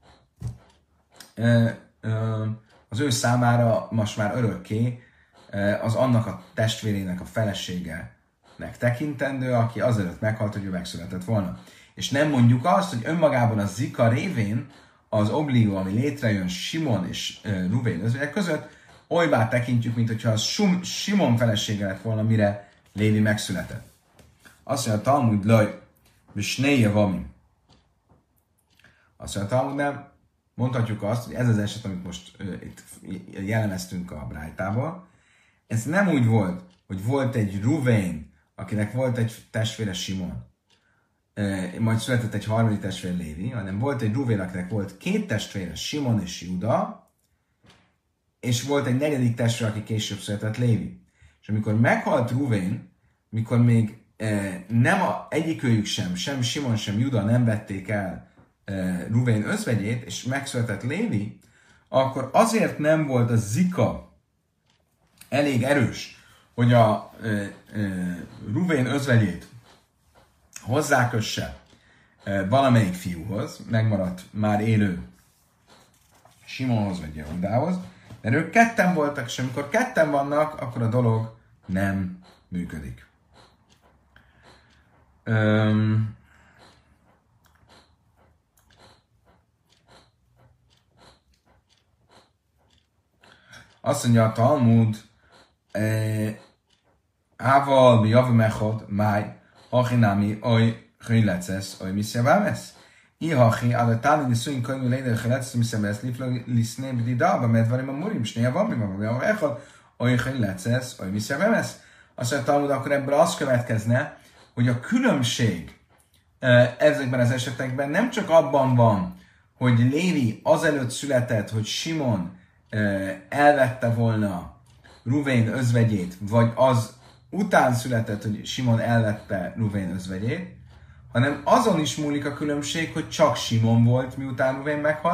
e, e, az ő számára most már örökké az annak a testvérének a feleségenek tekintendő, aki azelőtt meghalt, hogy ő megszületett volna. És nem mondjuk azt, hogy önmagában a zika révén az obligo, ami létrejön Simon és uh, Ruvén özvegyek között, olybá tekintjük, mint hogyha az Sum, Simon felesége lett volna, mire Lévi megszületett. Azt mondja a Talmud, laj, bisnéje vami. Azt mondja a Talmud, nem. Mondhatjuk azt, hogy ez az eset, amit most uh, itt jellemeztünk a Brájtából, ez nem úgy volt, hogy volt egy Ruvén, akinek volt egy testvére Simon, e, majd született egy harmadik testvér Lévi, hanem volt egy Ruvén, akinek volt két testvére, Simon és Júda, és volt egy negyedik testvér, aki később született Lévi. És amikor meghalt Ruvén, mikor még e, nem a, egyikőjük sem, sem Simon, sem Júda nem vették el e, Ruvén özvegyét, és megszületett Lévi, akkor azért nem volt a zika elég erős, hogy a e, e, Ruvén özvegyét hozzákösse e, valamelyik fiúhoz, megmaradt már élő Simonhoz vagy Jehudához, mert ők ketten voltak, és amikor ketten vannak, akkor a dolog nem működik. Um, azt mondja a Talmud, Ával, mi javu mechod, máj, hachinami, oly, hőlecesz, oly, miszjavámesz. Ihachi, ale tálni niszuin könyvű léde, hőlecesz, miszjavámesz, liszné, bdidába, mert van a murim, s néha van, mi van, mi van, echod, oly, hőlecesz, oly, miszjavámesz. Azt mondja a Talmud, akkor ebből az következne, hogy a különbség ezekben az esetekben nem csak abban van, hogy Lévi azelőtt született, hogy Simon elvette volna Ruvén özvegyét, vagy az után született, hogy Simon elvette Ruvén özvegyét, hanem azon is múlik a különbség, hogy csak Simon volt, miután Ruvén meghalt,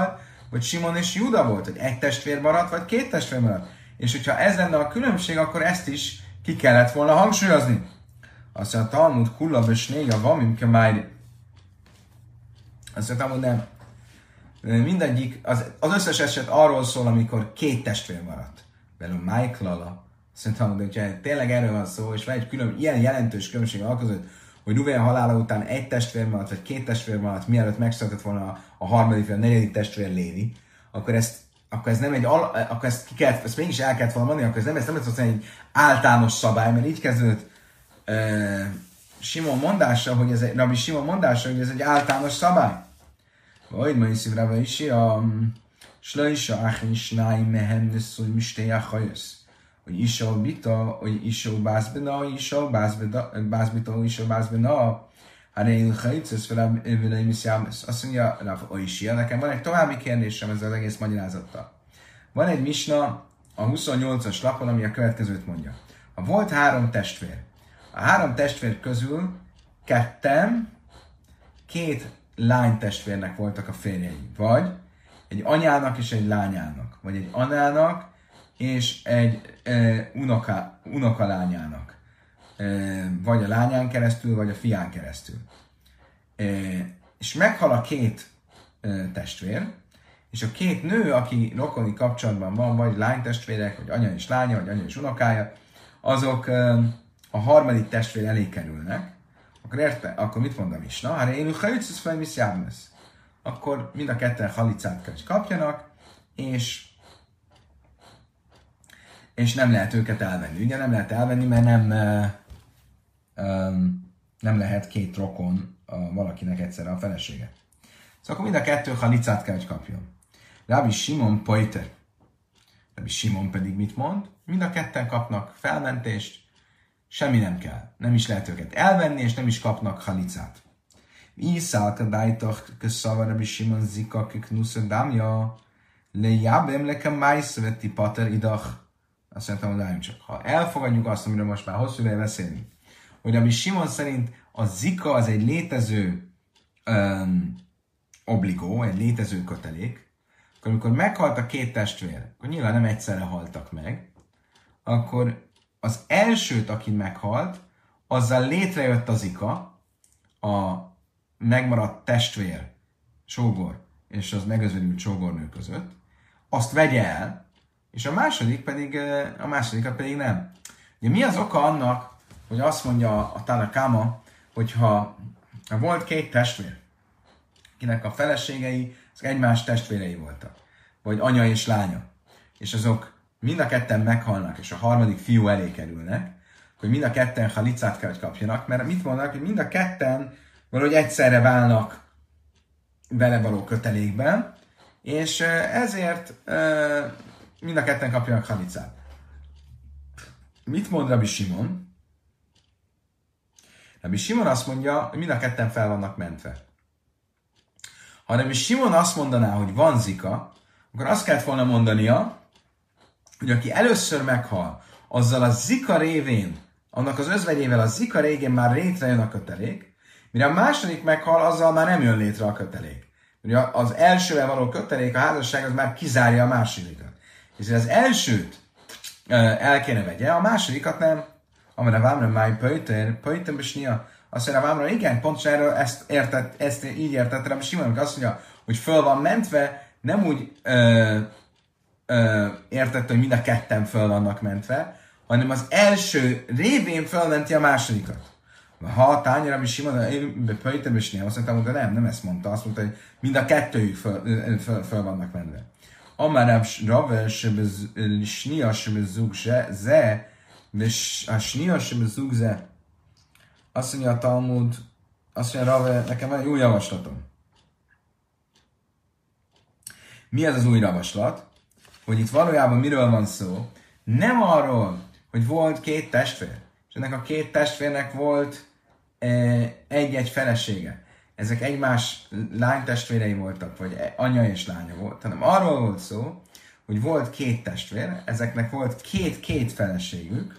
hogy Simon és Júda volt, hogy egy testvér maradt, vagy két testvér maradt. És hogyha ez lenne a különbség, akkor ezt is ki kellett volna hangsúlyozni. Azt mondja, a Talmud kullab és néga van, mint a májri. Azt mondja, Talmud nem. Mindegyik, az, az összes eset arról szól, amikor két testvér maradt. Velem Májklala. Azt mondja, Talmud, hogyha tényleg erről van szó, és van egy külön, ilyen jelentős különbség a között, hogy Ruben halála után egy testvér maradt, vagy két testvér maradt, mielőtt megszületett volna a harmadik vagy a negyedik testvér Lévi, akkor ezt akkor ez nem egy, akkor ezt, ki kellett, ezt mégis el kellett volna mondani, akkor ez nem, ez nem lesz egy általános szabály, mert így kezdődött uh, Simon mondása, hogy ez egy, Rabbi Simon mondása, hogy ez egy általános szabály. Vagy ma iszik Rabbi isi, a slöjsa achin snáim mehem neszúj mistéja hajösz. Hogy isó bita, hogy isó bászbena, hogy isó bászbita, hogy isó bászbena. Hát én hajtszesz fel, én azt mondja, Rav Oishia, nekem van egy további kérdésem ezzel az egész magyarázattal. Van egy misna a huszonnyolcas lapon, ami a következőt mondja. Ha volt három testvér, a három testvér közül ketten, két lány testvérnek voltak a férjei, vagy egy anyának és egy lányának, vagy egy anyának és egy e, unoka, unokalányának. Vagy a lányán keresztül, vagy a fián keresztül. És meghal a két testvér, és a két nő, aki rokoni kapcsolatban van, vagy lánytestvérek, vagy anya és lánya, vagy anya és unokája, azok a harmadik testvér elé kerülnek. Akkor érte? Akkor mit mondom is? Na, hát én hajtszesz fel, mi szjábnesz. Akkor mind a ketten halicát kell, hogy kapjanak, és és nem lehet őket elvenni. Ugye nem lehet elvenni, mert nem Um, nem lehet két rokon uh, valakinek egyszerre a felesége. Szóval akkor mind a kettő halicát kell, hogy kapjon. Rabbi Simon Poiter. Rabbi Simon pedig mit mond? Mind a ketten kapnak felmentést, semmi nem kell. Nem is lehet őket elvenni, és nem is kapnak halicát. Iszálka dájtach köszava Rabbi Simon zika kiknusza dámja lejábem lekem májszveti pater idach. Azt mondtam, hogy álljunk csak. Ha elfogadjuk azt, amiről most már hosszú ideje beszélünk, hogy Rabbi Simon szerint a zika az egy létező um, obligó, egy létező kötelék, akkor amikor meghalt a két testvér, akkor nyilván nem egyszerre haltak meg, akkor az elsőt, aki meghalt, azzal létrejött a zika, a megmaradt testvér, sógor, és az megözvegyült sógornő között, azt vegye el, és a második pedig, a másodikat pedig nem. Ugye mi az oka annak, hogy azt mondja a Tanakama, hogyha volt két testvér, akinek a feleségei azok egymás testvérei voltak, vagy anya és lánya, és azok mind a ketten meghalnak, és a harmadik fiú elé kerülnek, hogy mind a ketten halicát kell, hogy kapjanak, mert mit mondanak, hogy mind a ketten valahogy egyszerre válnak vele való kötelékben, és ezért mind a ketten kapjanak halicát. Mit mond Rabbi Simon? Rabbi Simon azt mondja, hogy mind a ketten fel vannak mentve. Ha Rabbi Simon azt mondaná, hogy van zika, akkor azt kellett volna mondania, hogy aki először meghal, azzal a zika révén, annak az özvegyével a zika régén már létrejön a kötelék, mire a második meghal, azzal már nem jön létre a kötelék. Ugye az elsővel való kötelék, a házasság az már kizárja a másodikat. És az elsőt el kéne vegye, a másodikat nem. Amire vámra máj pöjter, pöjter besnia, azt mondja, vámra igen, pontosan erről ezt, értett, ezt így értette, Rabbi Simon, amikor azt mondja, hogy föl van mentve, nem úgy ö, ö, értette, hogy mind a ketten föl vannak mentve, hanem az első révén fölmenti a másodikat. Ha tányra Rabbi Simon, pöjter besnia, azt mondta, de nem, nem ezt mondta, azt mondta, hogy mind a kettőjük föl, föl, föl vannak mentve. Amárább Ravel snia sebezug ze, és a snia sebezug ze. Azt mondja a Talmud, azt mondja Ravel, nekem van egy új javaslatom. Mi ez az új javaslat? Hogy itt valójában miről van szó? Nem arról, hogy volt két testvér, és ennek a két testvérnek volt egy-egy felesége. Ezek egymás lánytestvérei voltak, vagy anya és lánya volt, hanem arról volt szó, hogy volt két testvér, ezeknek volt két-két feleségük,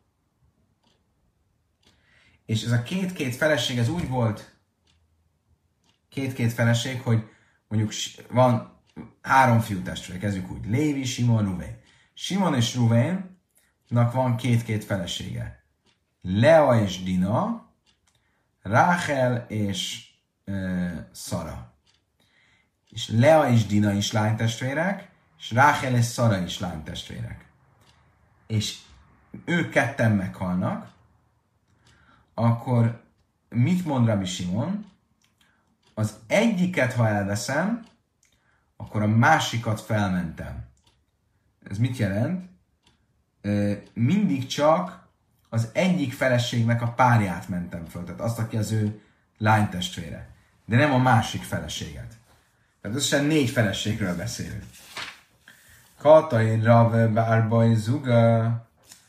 és ez a két-két feleség ez úgy volt két-két feleség, hogy mondjuk van három fiú testvére, kezdjük úgy, Lévi, Simon, Ruvén. Simon és Ruvénnak van két-két felesége. Lea és Dina, Ráhel és uh, Szara. És Lea és Dina is lánytestvérek, és Ráhel és Szara is lánytestvérek. És ők ketten meghalnak, akkor mit mond Rabbi Simon? Az egyiket, ha elveszem, akkor a másikat felmentem. Ez mit jelent? Mindig csak az egyik feleségnek a párját mentem föl, tehát azt, aki az ő lánytestvére, de nem a másik feleséget. Tehát összesen négy feleségről beszélünk. Katai Rav Bárbaj Zuga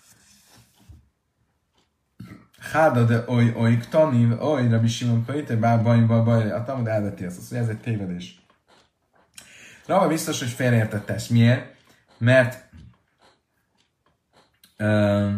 Háda de oly oly tanív, oly Rabbi Simon Péter Bárbaj Bárbaj, a Talmud elveti azt, hogy ez egy tévedés. Rava biztos, hogy félreértette ezt. Miért? Mert uh,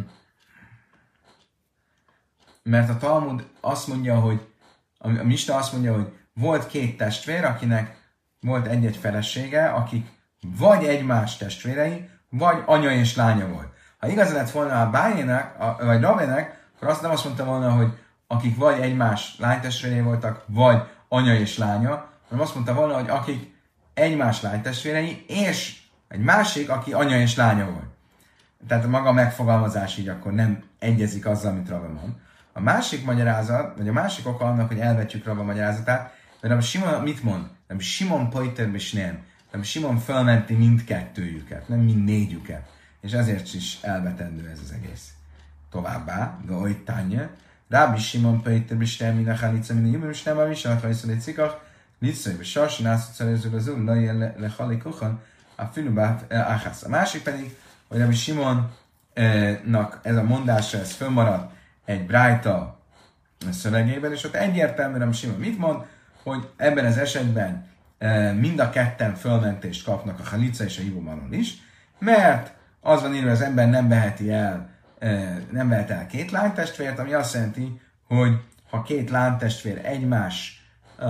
mert a Talmud azt mondja, hogy a Misna azt mondja, hogy volt két testvér, akinek volt egy-egy felesége, akik vagy egymás testvérei, vagy anya és lánya volt. Ha igaz lett volna a Bájének, vagy Ravének, akkor azt nem azt mondta volna, hogy akik vagy egymás lánytestvérei voltak, vagy anya és lánya, hanem azt mondta volna, hogy akik egymás lánytestvérei, és egy másik, aki anya és lánya volt. Tehát maga a megfogalmazás így akkor nem egyezik azzal, amit Rava mond. A másik magyarázat, vagy a másik oka annak, hogy elvetjük Rava magyarázatát, mert a Simon mit mond? Nem Simon Poiter Bisnén. Nem Simon fölmenti mindkettőjüket, nem mind négyüket. És ezért is elvetendő ez az egész. Továbbá, de oly tánye, Rabbi Simon Poiter Bisnén, minden halica, minden jubim, és nem a viselet, vagy szóval egy cikak, Litzai, vagy sarsi, nászot szerezők az úr, lajjel le halikuchan, a filubát áhász. A másik pedig, hogy Rabbi Simonnak ez a mondása, ez fölmarad egy brájta szövegében, és ott egyértelműen Rabbi Simon mit mond, hogy ebben az esetben mind a ketten fölmentést kapnak a halica és a hibum alól is, mert az van írva, hogy az ember nem veheti el, nem vehet el két lánytestvért, ami azt jelenti, hogy ha két lánytestvér egymás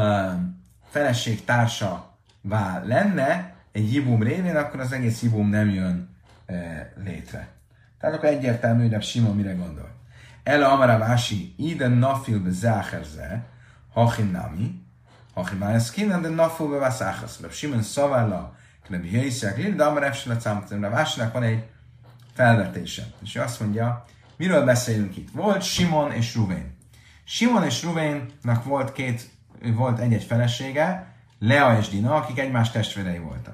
feleség társavá lenne egy hibum révén, akkor az egész hibum nem jön e, létre. Tehát akkor egyértelmű, hogy Simon mire gondol. Ela amara vási, ide nafil be záherze, hachin nami, hachin májaszkinan, de nafil be vászáhasz. Simon szaválla, knebi jöjszák lil, de amara efsel a cámtem. A vásinak van egy felvetése. És ő azt mondja, miről beszélünk itt? Volt Simon és Ruvén. Simon és Ruvénnak volt két volt egy-egy felesége, Lea és Dina, akik egymás testvérei voltak.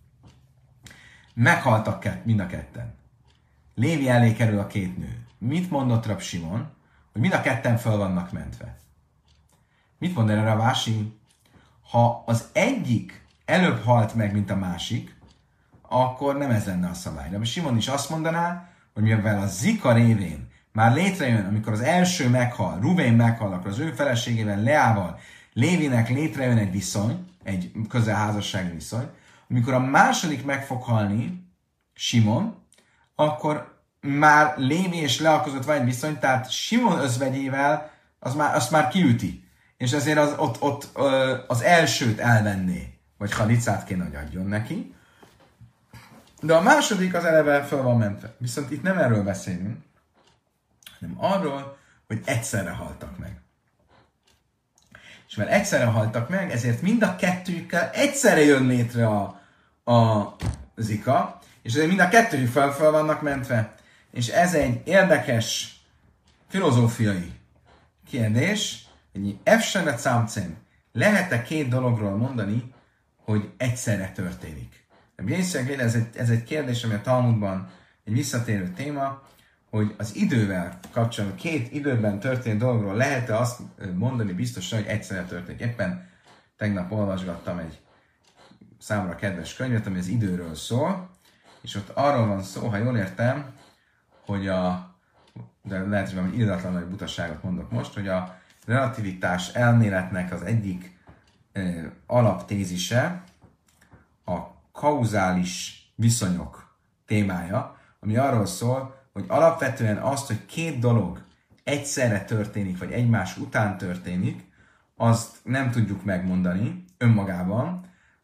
Meghaltak kett, mind a ketten. Lévi elé kerül a két nő. Mit mondott Rab Simon? Hogy mind a ketten föl vannak mentve. Mit mond erre a Vási? Ha az egyik előbb halt meg, mint a másik, akkor nem ez lenne a szabály. Rab Simon is azt mondaná, hogy mivel a zika révén már létrejön, amikor az első meghal, Ruvén meghal, akkor az ő feleségével, Leával, Lévinek létrejön egy viszony, egy közelházassági viszony, amikor a második meg fog halni, Simon, akkor már Lévi és Lea között van egy viszony, tehát Simon özvegyével az már, azt már kiüti. És ezért az, ott, ott az elsőt elvenné, vagy halicát kéne, hogy adjon neki. De a második az eleve fel van mentve. Viszont itt nem erről beszélünk, hanem arról, hogy egyszerre haltak meg. És mert egyszerre haltak meg, ezért mind a kettőjükkel egyszerre jön létre a, a zika, és ezért mind a kettőjük fel, fel vannak mentve. És ez egy érdekes filozófiai kérdés, hogy efsene cámcén lehet-e két dologról mondani, hogy egyszerre történik. De ez egy, ez egy kérdés, ami a Talmudban egy visszatérő téma, hogy az idővel kapcsolatban, két időben történt dologról lehet-e azt mondani biztosan, hogy egyszerre történik. Éppen tegnap olvasgattam egy számomra kedves könyvet, ami az időről szól, és ott arról van szó, ha jól értem, hogy a, de lehet, hogy valami illatlan nagy butaságot mondok most, hogy a relativitás elméletnek az egyik eh, alaptézise a kauzális viszonyok témája, ami arról szól, hogy alapvetően azt, hogy két dolog egyszerre történik, vagy egymás után történik, azt nem tudjuk megmondani önmagában,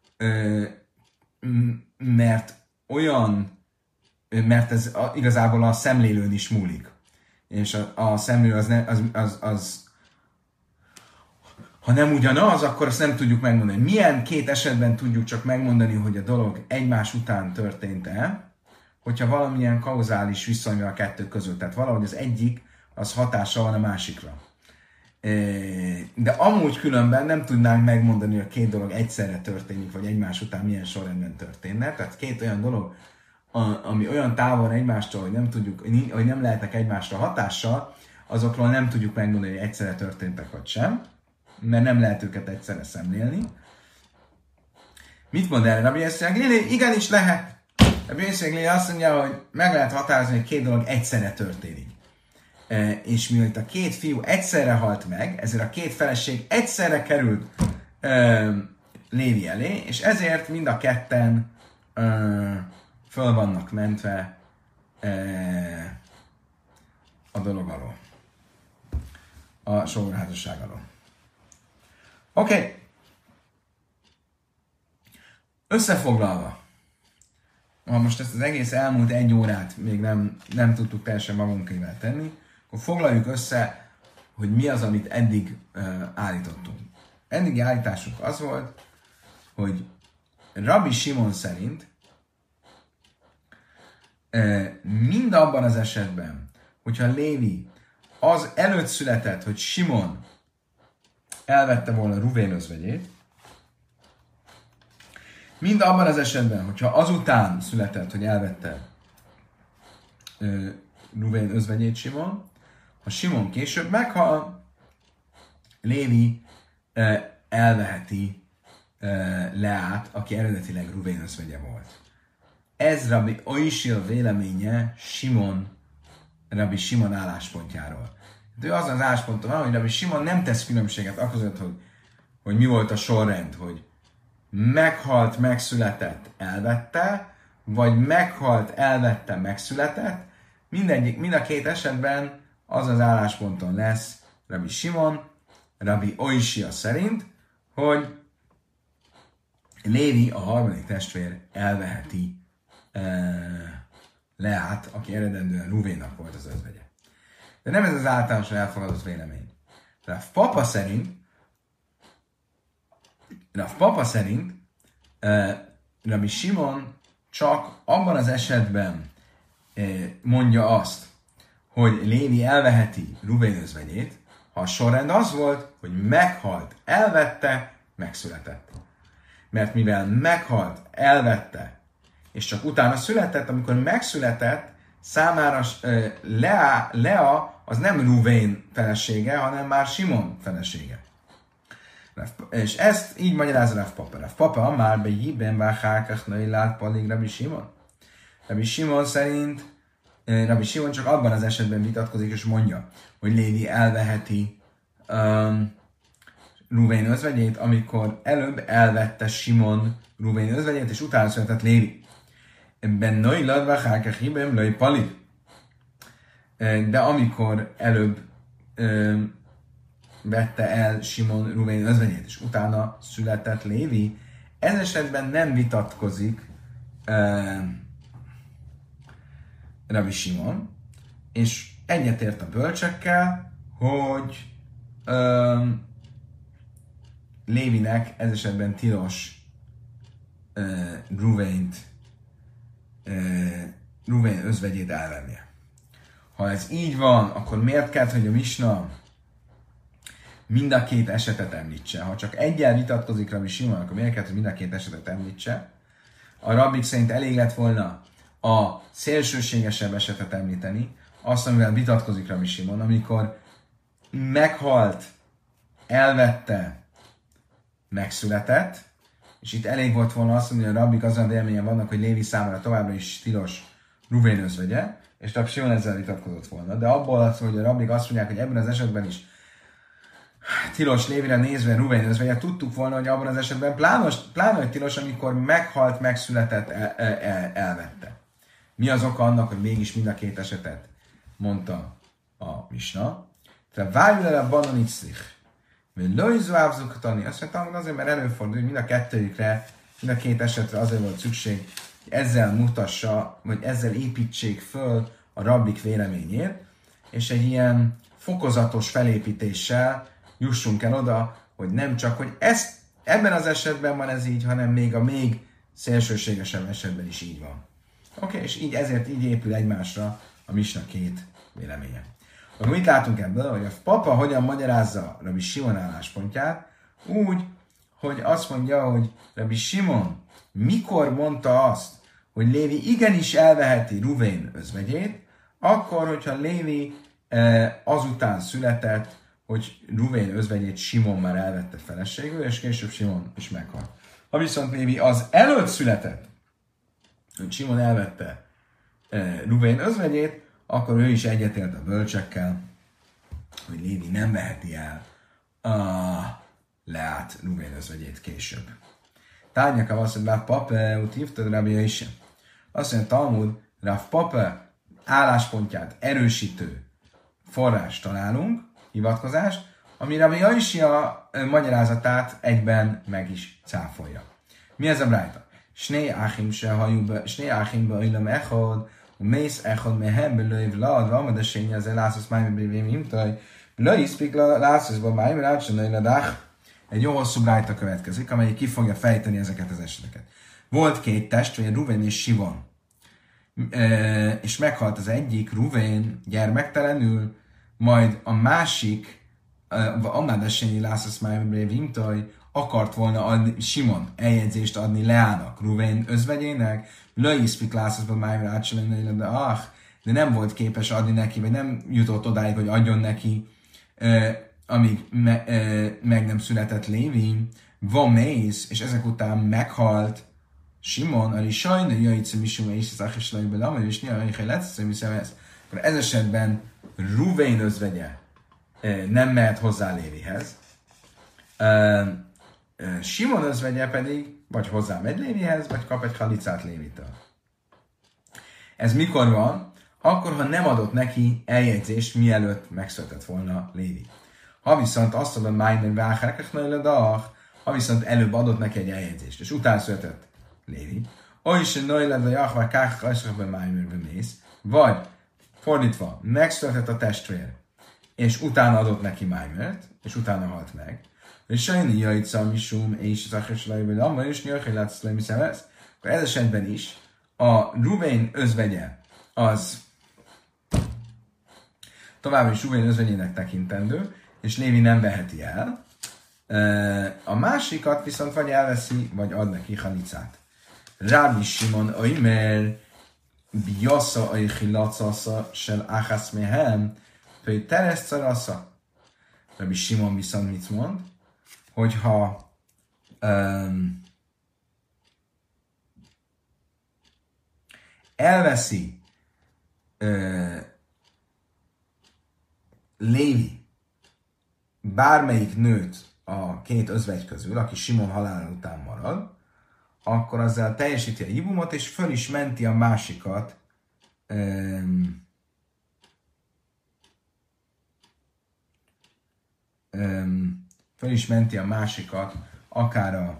mert olyan, mert ez igazából a szemlélőn is múlik. És a, a szemlélő az, ne, az, az, az ha nem ugyanaz, akkor azt nem tudjuk megmondani. Milyen két esetben tudjuk csak megmondani, hogy a dolog egymás után történt-e, hogyha valamilyen kauzális viszony van a kettő között. Tehát valahogy az egyik, az hatása van a másikra. De amúgy különben nem tudnánk megmondani, hogy a két dolog egyszerre történik, vagy egymás után milyen sorrendben történne. Tehát két olyan dolog, ami olyan távol egymástól, hogy nem tudjuk, hogy nem lehetnek egymásra hatással, azokról nem tudjuk megmondani, hogy egyszerre történtek vagy sem, mert nem lehet őket egyszerre szemlélni. Mit mond erre Rabbi Yossi Aglili? Igenis lehet. Rabbi Yossi Aglili azt mondja, hogy meg lehet határozni, hogy két dolog egyszerre történik. E, és mivel a két fiú egyszerre halt meg, ezért a két feleség egyszerre került e, Lévi elé, és ezért mind a ketten e, föl vannak mentve e, a dolog alól. A sógorházasság alól. Oké. Okay. Összefoglalva. Ha most ezt az egész elmúlt egy órát még nem, nem tudtuk teljesen magunkével tenni, akkor foglaljuk össze, hogy mi az, amit eddig uh, állítottunk. Eddigi állításunk az volt, hogy Rabbi Simon szerint uh, mind abban az esetben, hogyha Lévi az előtt született, hogy Simon elvette volna Ruvén özvegyét, mind abban az esetben, hogyha azután született, hogy elvette uh, Ruvén özvegyét Simon, ha Simon később meghal, Lévi uh, elveheti uh, Leát, aki eredetileg Ruvén özvegye volt. Ez Rabbi Oisil véleménye Simon, Rabbi Simon álláspontjáról. De ő azon az állásponton van, hogy Rabbi Simon nem tesz különbséget aközött, hogy, hogy mi volt a sorrend, hogy meghalt, megszületett, elvette, vagy meghalt, elvette, megszületett. Mindegyik, mind a két esetben az az állásponton lesz Rabbi Simon, Rabbi Oishia szerint, hogy Lévi, a harmadik testvér elveheti uh, Leát, aki eredendően Ruvénak volt az özvegye. De nem ez az általánosan elfogadott vélemény. Rav Papa szerint, Rav Papa szerint uh, Rabbi Simon csak abban az esetben uh, mondja azt, hogy Lévi elveheti Ruvén özvegyét, ha a sorrend az volt, hogy meghalt, elvette, megszületett. Mert mivel meghalt, elvette, és csak utána született, amikor megszületett, számára uh, Lea, Lea az nem Ruvén felesége, hanem már Simon felesége. És ezt így magyarázza Rav Papa. Rav Papa már be jiben váhákach nőilát palig Rabbi Simon. Rabbi Simon szerint Rabbi Simon csak abban az esetben vitatkozik, és mondja, hogy Lévi elveheti um, Ruvén özvegyét, amikor előbb elvette Simon Ruvén özvegyét, és utána született Lévi. Ben nőilát váhákach jiben lőj palig. De amikor előbb um, vette el Simon Ruvén özvegyét, és utána született Lévi, ez esetben nem vitatkozik uh, Rabbi Simon, és egyetért a bölcsekkel, hogy um, Lévinek ez esetben tilos uh, Ruvént, uh, Ruvén özvegyét elvennie. Ha ez így van, akkor miért kell, hogy a Misna mind a két esetet említse? Ha csak egyel vitatkozik Rabbi Simon, akkor miért kell, hogy mind a két esetet említse? A rabbik szerint elég lett volna a szélsőségesebb esetet említeni, azt, amivel vitatkozik Rabbi Simon, amikor meghalt, elvette, megszületett, és itt elég volt volna azt mondani, hogy a rabbik azon élményen vannak, hogy Lévi számára továbbra is tilos Ruvén özvegye, és Rabbi Simon ezzel vitatkozott volna. De abból az, hogy a rabbik azt mondják, hogy ebben az esetben is tilos Lévire nézve Ruvén özvegye, tudtuk volna, hogy abban az esetben plános, pláne, hogy tilos, amikor meghalt, megszületett, el, el, elvette. Mi az oka annak, hogy mégis mind a két esetet mondta a Misna? Tehát várjul el a bananitzlich. vagy lőzvávzukatani. Azt mondtam, azért, mert előfordul, hogy mind a kettőjükre, mind a két esetre azért volt szükség, hogy ezzel mutassa, vagy ezzel építsék föl a rabbik véleményét, és egy ilyen fokozatos felépítéssel jussunk el oda, hogy nem csak, hogy ezt, ebben az esetben van ez így, hanem még a még szélsőségesebb esetben is így van. Oké, okay, és így ezért így épül egymásra a misna két véleménye. Akkor mit látunk ebből, hogy a papa hogyan magyarázza Rabbi Simon álláspontját, úgy, hogy azt mondja, hogy Rabbi Simon mikor mondta azt, hogy Lévi igenis elveheti Ruvén özvegyét, akkor, hogyha Lévi eh, azután született, hogy Ruvén özvegyét Simon már elvette feleségül, és később Simon is meghalt. Ha viszont Lévi az előtt született, hogy Simon elvette eh, Ruvén özvegyét, akkor ő is egyetért a bölcsekkel, hogy Lévi nem veheti el a Leát Ruvén özvegyét később. Tárnyakam azt mondja, Rav Papa, úgy hívtad Rabbi is. Azt mondja, Talmud, Rav Papa álláspontját erősítő forrás találunk, hivatkozást, ami Rabbi Jaisia magyarázatát egyben meg is cáfolja. Mi ez a brájta? Sné áchim se hajú, sné áchim be illam echod, mész echod mehem belőjv lad, van, de sényi az elászasz májmi brivém himtaj, belőjszpik lászaszba májmi rácsanai ladách. Egy jó hosszú brájta következik, amely ki fogja fejteni ezeket az eseteket. Volt két testvér, Ruvén és Simon, e, és meghalt az egyik, Ruvén gyermektelenül, majd a másik, Amádesényi Lászasz Májmebrév Himtaj akart volna adni, Simon eljegyzést adni Leának, Ruvén özvegyének, Löjszpik Lászaszban Májmebrév Ácsalényi, de ah, de nem volt képes adni neki, vagy nem jutott odáig, hogy adjon neki, e, amíg me, e, meg nem született Lévi, van mész, és ezek után meghalt Simon, ali sajna jöjjtszem is, és az Achislaibe Lamai, és néha hogy letszem, hiszem ezt. Akkor ez esetben Ruvén özvegye e, nem mehet hozzá Lévihez. E, e, Simon özvegye pedig vagy hozzá megy Lévihez, vagy kap egy halicát Lévitől. Ez mikor van? Akkor, ha nem adott neki eljegyzést, mielőtt megszületett volna Lévi. Ha viszont azt adom, májmen vágháknak, ha viszont előbb adott neki egy eljegyzést, és utána született Lévi, oly se nőled a jachvár káknak májmenbe mész, vagy fordítva, megszületett a testvér, és utána adott neki májmert, és utána halt meg, és sajni jajca misum, és az acheslaibai lamma, és nyilván látsz le, hiszem ezt, akkor ez esetben is a Ruvén özvegye az tovább is Ruvén özvegyének tekintendő, és Lévi nem veheti el. A másikat viszont vagy elveszi, vagy ad neki halicát. Rabbi Simon oimer biasza aichilacasza sel áhász mehem, hogy tereszt szarasza. Rabbi Simon viszont mit mond? Hogyha um, elveszi uh, Lévi bármelyik nőt a két özvegy közül, aki Simon halála után marad, akkor azzal teljesíti a hibumot, és föl is menti a másikat um, um, föl is menti a másikat akár a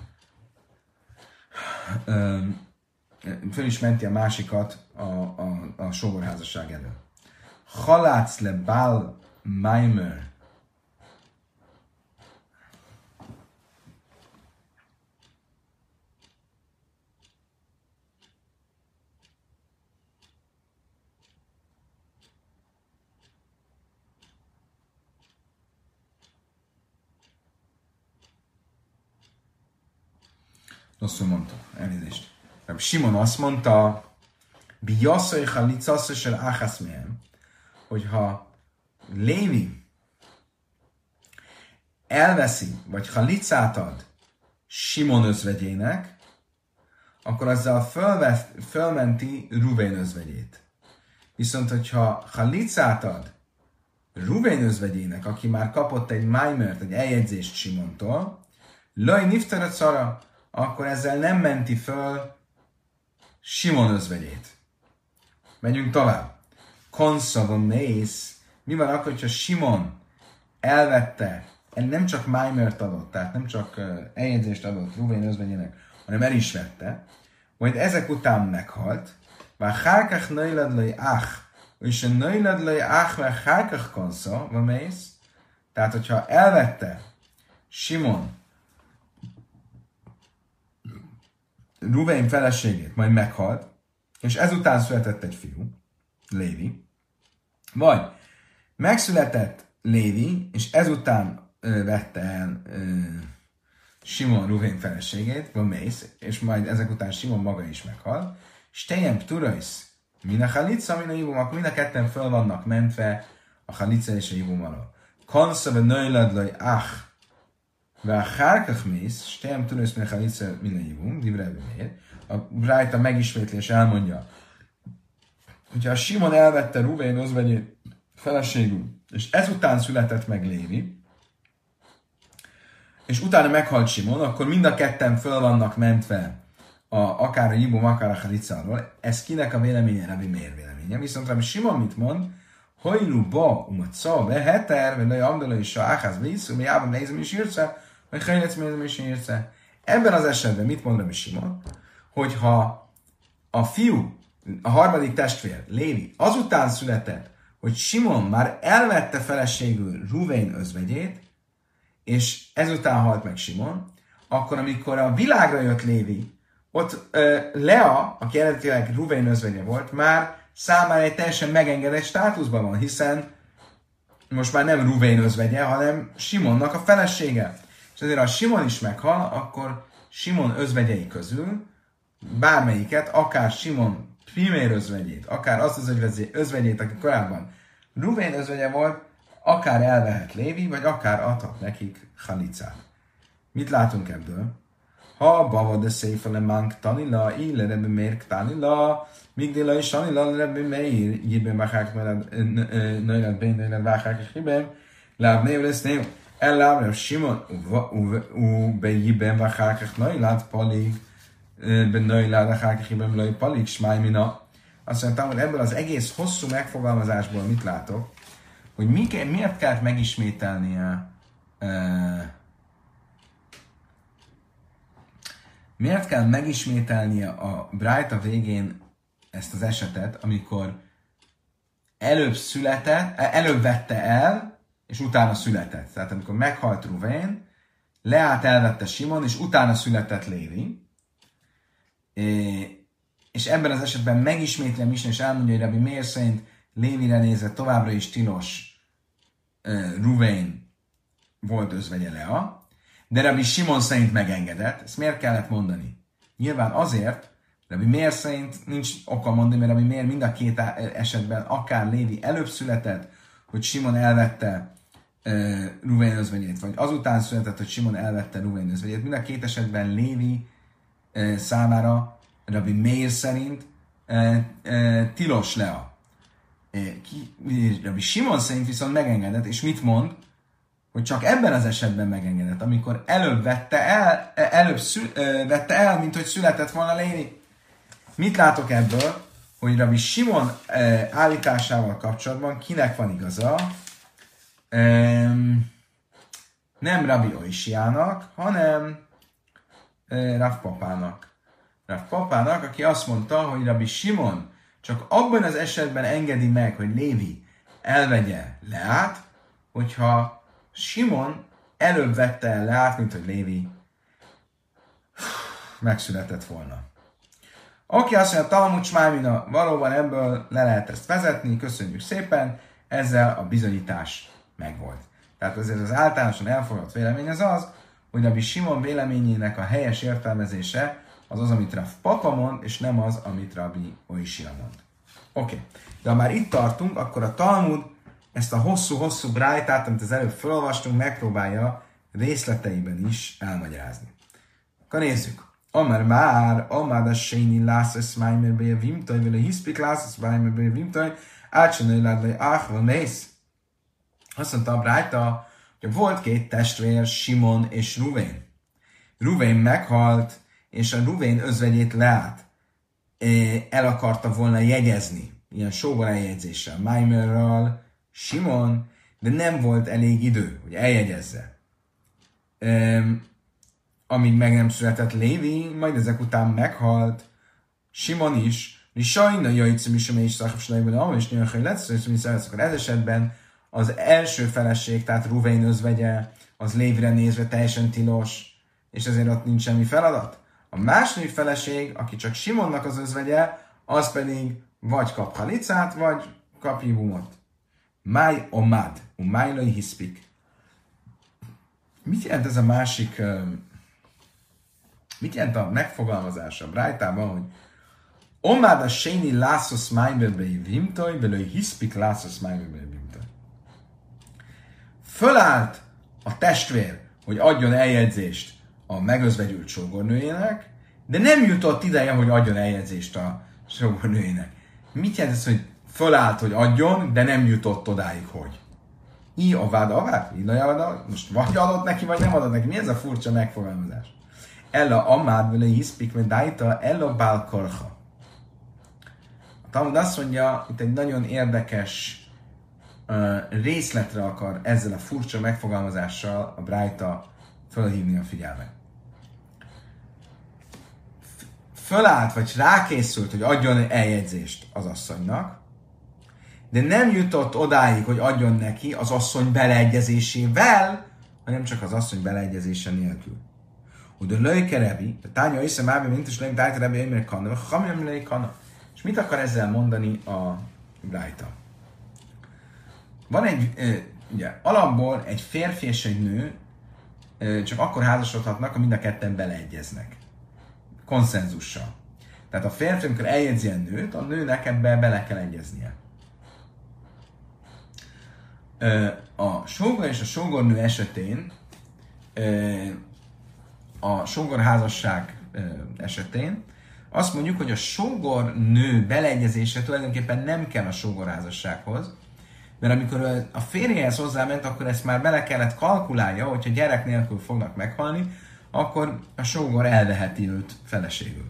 um, föl is menti a másikat a, a, a sógorházasság elől. Halátsz le bál maimer rosszul mondta, elnézést. Simon azt mondta, biasszai halicaszosel áhászmém, hogyha Lévi elveszi, vagy halicát ad Simon özvegyének, akkor azzal fölvesz, fölmenti Ruvén özvegyét. Viszont, hogyha halicát ad Ruvén özvegyének, aki már kapott egy májmert, egy eljegyzést Simontól, laj niftarat szara, akkor ezzel nem menti föl Simon özvegyét. Megyünk tovább. Konszavon mész. Mi van akkor, hogyha Simon elvette nem csak Maimert adott, tehát nem csak eljegyzést adott Ruvén özvegyének, hanem el is vette, majd ezek után meghalt, bár hárkach nöjledlői ach, és a nöjledlői ach, mert hárkach konsza, van mész, tehát hogyha elvette Simon Ruvén feleségét, majd meghalt, és ezután született egy fiú, Lévi, vagy megszületett Lévi, és ezután ö, vette el ö, Simon Ruvén feleségét, van mész, és majd ezek után Simon maga is meghal, és tejem turajsz, min a halica, min a jibum, mind a ketten föl vannak mentve a halica és a jibum alól. Kansza ve nöjladlaj ach, ve a hárkach mész, és tejem turajsz, min a halica, min a jibum, divrebe mér. A Brájta megismétlés elmondja, hogyha a Simon elvette Ruvén özvegyét feleségül, és ezután született meg Lévi, és utána meghalt Simon, akkor mind a ketten föl vannak mentve a, akár a Jibum, akár a Halicáról. Ez kinek a véleménye? Rabbi Meir véleménye. Viszont Rabbi Simon mit mond? Hojlu ba umatszó be heter, vagy laj amdala is a áház vészú, mi jában nézem is írce, vagy hajlec mézem is írce. Ebben az esetben mit mond Rabbi Simon? Hogyha a fiú, a harmadik testvér, Lévi, azután született, hogy Simon már elvette feleségül Ruvén özvegyét, és ezután halt meg Simon, akkor amikor a világra jött Lévi, ott ö, Lea, aki eredetileg Ruvén özvegye volt, már számára egy teljesen megengedett státuszban van, hiszen most már nem Ruvén özvegye, hanem Simonnak a felesége. És ezért ha Simon is meghal, akkor Simon özvegyei közül bármelyiket, akár Simon primér özvegyét, akár azt az özvegyét, aki korábban Ruvén özvegye volt, akár elvehet Lévi, vagy akár adhat nekik halicát. Mit látunk ebből? Ha bava de széfele mánk tanila, ille rebbe mér tanila, migdila és tanila, rebbe mér, jibben vágják, nőled bén, nőled vágják, és jibben, láb név lesz név, elláb, reb Simon, u be jibben vágják, és nőled palig, be nőled vágják, és jibben lőj palig, smájmina. Azt mondtam, hogy ebből az egész hosszú megfogalmazásból mit látok, hogy mi, miért kellett megismételnie uh, miért kell megismételnie a Brájta végén ezt az esetet, amikor előbb született, előbb vette el, és utána született. Tehát amikor meghalt Ruvén, Leát elvette Simon, és utána született Lévi. És ebben az esetben megismétli a Misna, és elmondja, hogy Rabbi Meir szerint Lévire nézve továbbra is tilos uh, Ruvén volt özvegye Lea, de Rabbi Simon szerint megengedett. Ezt miért kellett mondani? Nyilván azért, Rabbi Meir szerint nincs oka mondani, mert Rabbi Meir mind a két esetben akár Lévi előbb született, hogy Simon elvette uh, Ruvén özvegyét, vagy azután született, hogy Simon elvette Ruvén özvegyét. Mind a két esetben Lévi uh, számára Rabbi Meir szerint uh, uh, tilos Lea. Rabbi Simon szerint viszont megengedett, és mit mond? Hogy csak ebben az esetben megengedett, amikor előbb vette el, előbb szü, vette el, mint hogy született volna Lévi. Mit látok ebből? Hogy Rabbi Simon állításával kapcsolatban kinek van igaza? Nem Rabbi Oisiának, hanem Rav Papának. Rav Papának, aki azt mondta, hogy Rabbi Simon csak abban az esetben engedi meg, hogy Lévi elvegye Leát, hogyha Simon előbb vette el Leát, mint hogy Lévi megszületett volna. Aki azt mondja, Talmud Smájmina, valóban ebből le lehet ezt vezetni, köszönjük szépen, ezzel a bizonyítás megvolt. Tehát azért az általánosan elfogadott vélemény az az, hogy Rabbi Simon véleményének a helyes értelmezése az az, amit Rav Papa mond, és nem az, amit Rabbi Oishia mond. Oké, okay. De ha már itt tartunk, akkor a Talmud ezt a hosszú-hosszú brájtát, amit az előbb felolvastunk, megpróbálja részleteiben is elmagyarázni. Akkor nézzük. Amar már, amar a séni lászesz májmerbe a vimtaj, vele hiszpik lászesz májmerbe a vimtaj, átsenői ládlai áhva mész. Azt mondta a brájta, hogy volt két testvér, Simon és Ruvén. Ruvén meghalt, és a Ruvén özvegyét Leát el akarta volna jegyezni, ilyen sóval eljegyzéssel, Májmerral, Simon, de nem volt elég idő, hogy eljegyezze. um, amíg meg nem született Lévi, majd ezek után meghalt Simon is, mi sajna jöjjtszem is, amely is szakapcsolatban, ahol is nőn, hogy lesz, hogy akkor ez esetben az első feleség, tehát Ruvén özvegye, az Lévire nézve teljesen tilos, és ezért ott nincs semmi feladat. A második feleség, aki csak Simonnak az özvegye, az pedig vagy kap halicát, vagy kap jivumot. Máj omad, umájlai hiszpik. Mit jelent ez a másik, mit jelent a megfogalmazása Brájtában, hogy omad a séni lászos májbebei vimtoj, belői hiszpik lászos májbebei vimtoj. Fölállt a testvér, hogy adjon eljegyzést a megözvegyült sógornőjének, de nem jutott ideje, hogy adjon eljegyzést a sógornőjének. Mit jelent ez, hogy fölállt, hogy adjon, de nem jutott odáig, hogy? I a váda a vád? I a most vagy adott neki, vagy nem adott neki. Mi ez a furcsa megfogalmazás? Ella amád vele hiszpik, mert dájta ella bálkorha. A Talmud azt mondja, itt egy nagyon érdekes uh, részletre akar ezzel a furcsa megfogalmazással a Brájta fölhívni a figyelmet. Fölállt, vagy rákészült, hogy adjon eljegyzést az asszonynak, de nem jutott odáig, hogy adjon neki az asszony beleegyezésével, hanem csak az asszony beleegyezése nélkül. Uda löjke rebi, a tánya iszem ábbi, mint is löjk dájt rebi, émere kanna, hamilyen löjk kanna. És mit akar ezzel mondani a Brájta? Van egy, ugye, alapból egy férfi és egy nő csak akkor házasodhatnak, ha mind a ketten beleegyeznek. Konszenzussal. Tehát a férfi, amikor eljegyzi a nőt, a nőnek ebbe bele kell egyeznie. A sógor és a sógornő esetén, a sógorházasság esetén azt mondjuk, hogy a sógornő beleegyezése tulajdonképpen nem kell a sógorházassághoz, mert amikor a férjehez hozzáment, akkor ezt már bele kellett kalkulálja, hogyha gyerek nélkül fognak meghalni, akkor a sógor elveheti őt feleségül.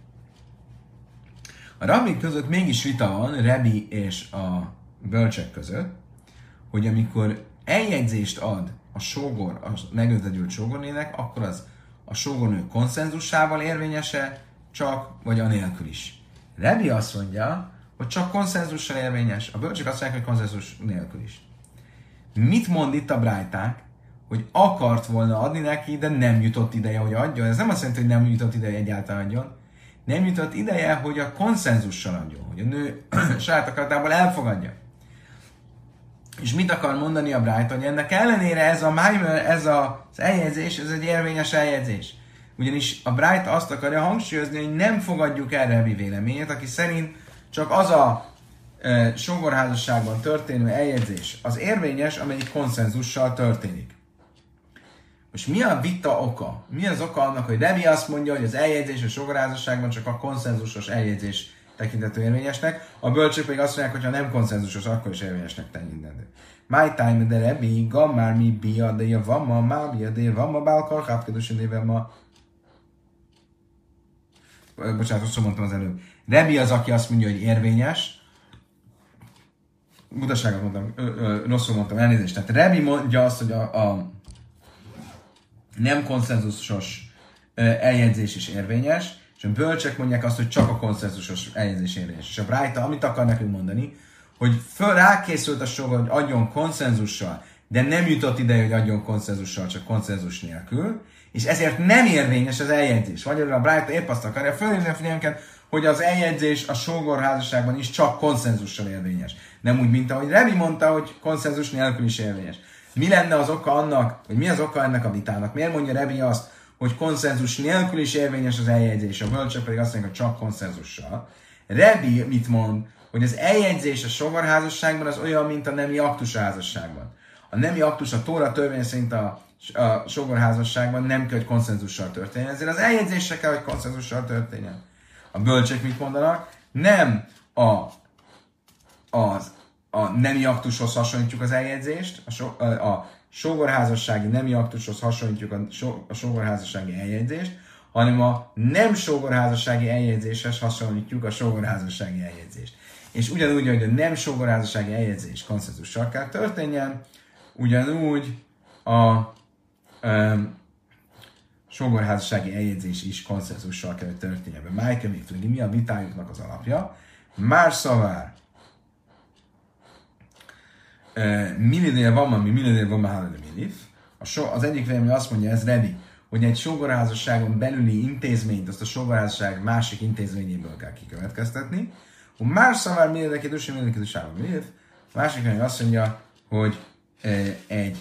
A rabbik között mégis vita van, Rebi és a bölcsek között, hogy amikor eljegyzést ad a sógor, a megözvegyült sógornének, akkor az a sógornő konszenzusával érvényese, csak vagy anélkül is. Rebi azt mondja, hogy csak konszenzussal érvényes, a bölcsek azt mondják, hogy konszenzus nélkül is. Mit mond itt a Brájták? Hogy akart volna adni neki, de nem jutott ideje, hogy adjon. Ez nem azt jelenti, hogy nem jutott ideje, egyáltalán adjon. Nem jutott ideje, hogy a konszenzussal adjon, hogy a nő saját akaratából elfogadja. És mit akar mondani a Brájta, hogy ennek ellenére ez a májmer, ez a, az eljegyzés, ez egy érvényes eljegyzés. Ugyanis a Brájta azt akarja hangsúlyozni, hogy nem fogadjuk el Rebi véleményét, aki szerint csak az a e, sógorházasságban történő eljegyzés az érvényes, amelyik konszenzussal történik. Most mi a vita oka? Mi az oka annak, hogy Rebi azt mondja, hogy az eljegyzés a sógorházasságban csak a konszenzusos eljegyzés tekintető érvényesnek, a bölcsök pedig azt mondják, hogy ha nem konszenzusos, akkor is érvényesnek tekintető. My time de Rebi, gammár mi bia, de javamma, má bia, de javamma, bálkar, hápkedősen évemma. Bocsánat, rosszul mondtam az előbb. Rebi az, aki azt mondja, hogy érvényes. Butaságot mondtam, ö, ö, rosszul mondtam, elnézést. Tehát Rebi mondja azt, hogy a, a nem konszenzusos eljegyzés is érvényes, és a bölcsek mondják azt, hogy csak a konszenzusos eljegyzés érvényes. És a Brájta, amit akar nekünk mondani, hogy föl rákészült a sógor, hogy adjon konszenzussal, de nem jutott ideje, hogy adjon konszenzussal, csak konszenzus nélkül, és ezért nem érvényes az eljegyzés. Magyarul a Brájta épp azt akarja fölhívni a figyelmünket, hogy az eljegyzés a sógorházasságban is csak konszenzussal érvényes. Nem úgy, mint ahogy Rebi mondta, hogy konszenzus nélkül is érvényes. Mi lenne az oka annak, hogy mi az oka ennek a vitának? Miért mondja Rebi azt, hogy konszenzus nélkül is érvényes az eljegyzés, a bölcsök pedig azt mondják, hogy csak konszenzussal? Rebi mit mond? Hogy az eljegyzés a sógorházasságban az olyan, mint a nemi aktus házasságban. A nemi aktus a Tóra törvény szerint a, a sógorházasságban nem kell, hogy konszenzussal történjen. Ezért az eljegyzésre kell, hogy konszenzussal történjen. A bölcsek mit mondanak? Nem a, az, a nemi aktushoz hasonlítjuk az eljegyzést, a, so, a, a sógorházassági nemi aktushoz hasonlítjuk a, so, a sógorházassági eljegyzést, hanem a nem sógorházassági eljegyzéshez hasonlítjuk a sógorházassági eljegyzést. És ugyanúgy, hogy a nem sógorházassági eljegyzés konszenzussal kell történjen, ugyanúgy a, sógorházassági eljegyzés is konszenzussal kell, hogy történjen. Májke még tudni, mi a vitájuknak az alapja. Már szavár. Millidél van, ami millidél van, már millif. Az egyik vélemény azt mondja, ez Rebi, hogy egy sógorházasságon belüli intézményt, azt a sógorházasság másik intézményéből kell kikövetkeztetni. Már szavár millidél kedvesen, millidél kedvesen, millif. A másik vélemény azt mondja, hogy egy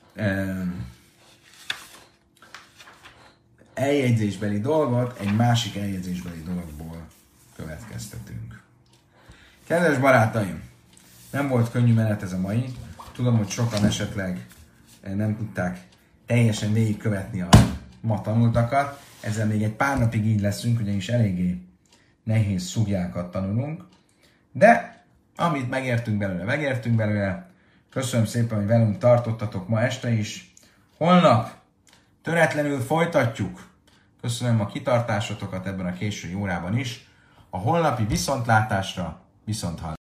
eljegyzésbeli dolgot egy másik eljegyzésbeli dologból következtetünk. Kedves barátaim, nem volt könnyű menet ez a mai. Tudom, hogy sokan esetleg nem tudták teljesen végigkövetni a ma tanultakat. Ezzel még egy pár napig így leszünk, ugyanis eléggé nehéz szugjákat tanulunk. De amit megértünk belőle, megértünk belőle. Köszönöm szépen, hogy velünk tartottatok ma este is. Holnap töretlenül folytatjuk. Köszönöm a kitartásotokat ebben a késői órában is. A holnapi viszontlátásra, viszonthallásra.